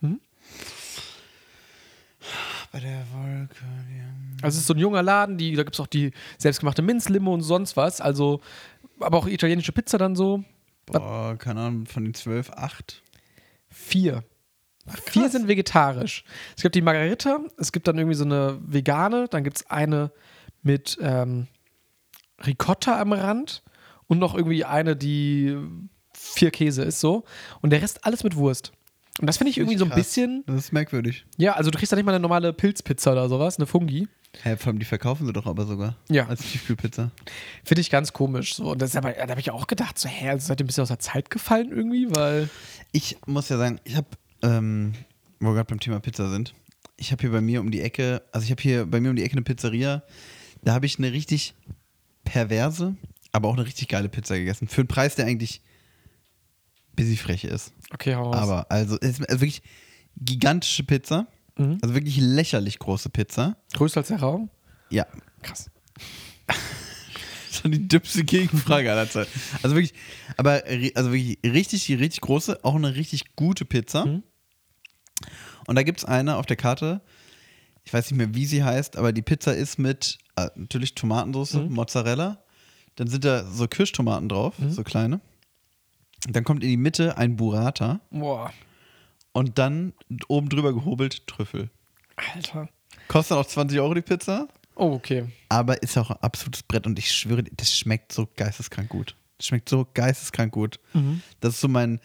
Bei der Wolke. Also es ist so ein junger Laden, da gibt es auch die selbstgemachte Minzlimo und sonst was. Also, aber auch italienische Pizza dann so. Boah, keine Ahnung, von den 12, 8. 4. 4 sind vegetarisch. Es gibt die Margarita, es gibt dann irgendwie so eine vegane, dann gibt es eine mit Ricotta am Rand und noch irgendwie eine, die 4 Käse ist so. Und der Rest alles mit Wurst. Und das finde ich irgendwie so ein Krass. bisschen. Das ist merkwürdig. Ja, also du kriegst da nicht mal eine normale Pilzpizza oder sowas, eine Fungi. Hä, vor allem die verkaufen sie doch aber sogar. Ja. Als Tiefkühlpizza. Finde ich ganz komisch. So. Und das ist aber, da habe ich auch gedacht, so, also seid ihr ein bisschen aus der Zeit gefallen irgendwie, weil. Ich muss ja sagen, ich habe, wo wir gerade beim Thema Pizza sind, ich habe hier bei mir um die Ecke, eine Pizzeria, da habe ich eine richtig perverse, aber auch eine richtig geile Pizza gegessen. Für einen Preis, der eigentlich ein bisschen frech ist. Okay, hau raus. Aber also, es ist wirklich gigantische Pizza, also wirklich lächerlich große Pizza. Größer als der Raum? Ja. Krass. Schon die dümmste Gegenfrage aller Zeit. Also wirklich, also wirklich richtig große, auch eine richtig gute Pizza. Und da gibt es eine auf der Karte, ich weiß nicht mehr, wie sie heißt, aber die Pizza ist mit natürlich Tomatensauce, Mozzarella. Dann sind da so Kirschtomaten drauf, so kleine. Dann kommt in die Mitte ein Burrata Boah. und dann oben drüber gehobelt Trüffel. Alter. Kostet auch 20 Euro die Pizza, Oh, okay. aber ist auch ein absolutes Brett und ich schwöre, das schmeckt so geisteskrank gut. Das schmeckt so geisteskrank gut. Das ist so mein,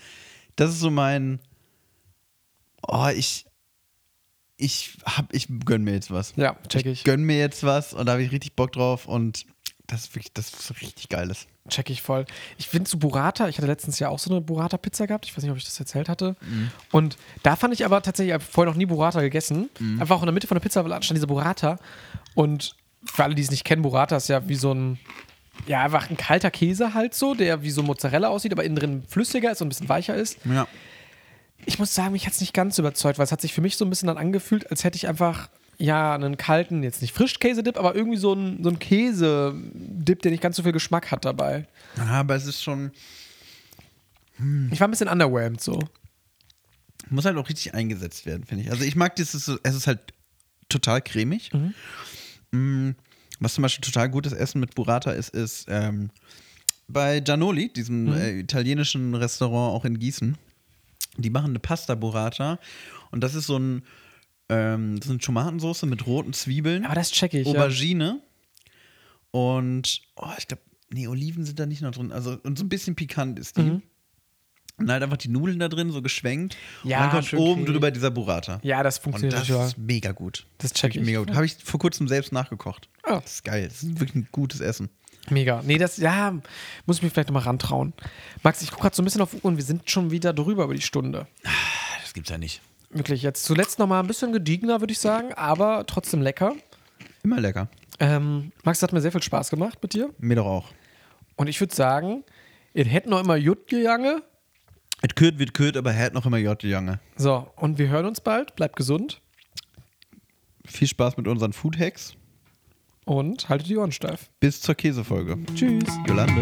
ich gönn mir jetzt was. Ja, check ich. Gönn mir jetzt was und da habe ich richtig Bock drauf und das ist wirklich, das ist so richtig Geiles. Check ich voll. Ich finde so Burrata, ich hatte letztens ja auch so eine Burrata-Pizza gehabt. Ich weiß nicht, ob ich das erzählt hatte. Und da fand ich aber tatsächlich, ich habe vorher noch nie Burrata gegessen. Einfach auch in der Mitte von der Pizza stand diese Burrata. Und für alle, die es nicht kennen, Burrata ist ja wie so ein, ja, einfach ein kalter Käse halt so, der wie so Mozzarella aussieht, aber innen drin flüssiger ist und ein bisschen weicher ist. Ja. Ich muss sagen, mich hat es nicht ganz überzeugt, weil es hat sich für mich so ein bisschen dann angefühlt, als hätte ich einfach, ja, einen kalten, jetzt nicht Frischkäse-Dip, aber irgendwie so einen Käse-Dip, der nicht ganz so viel Geschmack hat dabei. Aber es ist schon, Ich war ein bisschen underwhelmed so. muss halt auch richtig eingesetzt werden, finde ich. Also ich mag dieses, es ist halt total cremig. Was zum Beispiel total gutes Essen mit Burrata ist bei Gianoli, diesem italienischen Restaurant auch in Gießen, Die machen eine Pasta Burrata und das ist so ein das ist eine Tomatensauce mit roten Zwiebeln, Aber das check ich. Aubergine und ich glaube, Oliven sind da nicht noch drin. Also und so ein bisschen pikant ist die. Mhm. Und halt einfach die Nudeln da drin, so geschwenkt. Ja, und dann kommt schön oben cremig. drüber dieser Burrata. Ja, das Und funktioniert das natürlich. ist mega gut. Das check ich. Mega gut. Habe ich vor kurzem selbst nachgekocht. Oh. Das ist geil. Das ist wirklich ein gutes Essen. Mega. Nee, muss ich mich vielleicht nochmal rantrauen. Max, ich gucke gerade so ein bisschen auf die Uhr und wir sind schon wieder drüber über die Stunde. Das gibt's ja nicht. Wirklich, jetzt zuletzt nochmal ein bisschen gediegener, würde ich sagen, aber trotzdem lecker. Immer lecker. Max, es hat mir sehr viel Spaß gemacht mit dir. Mir doch auch. Und ich würde sagen, ihr hättet noch immer Jut gegangen. Es kürt wird kürt, aber er hat noch immer J, Junge. So, und wir hören uns bald. Bleibt gesund Viel Spaß mit unseren Food Hacks. und haltet die Ohren steif. Bis zur Käsefolge. Tschüss. Jolande.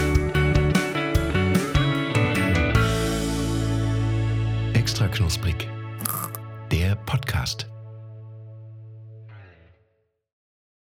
Extra knusprig.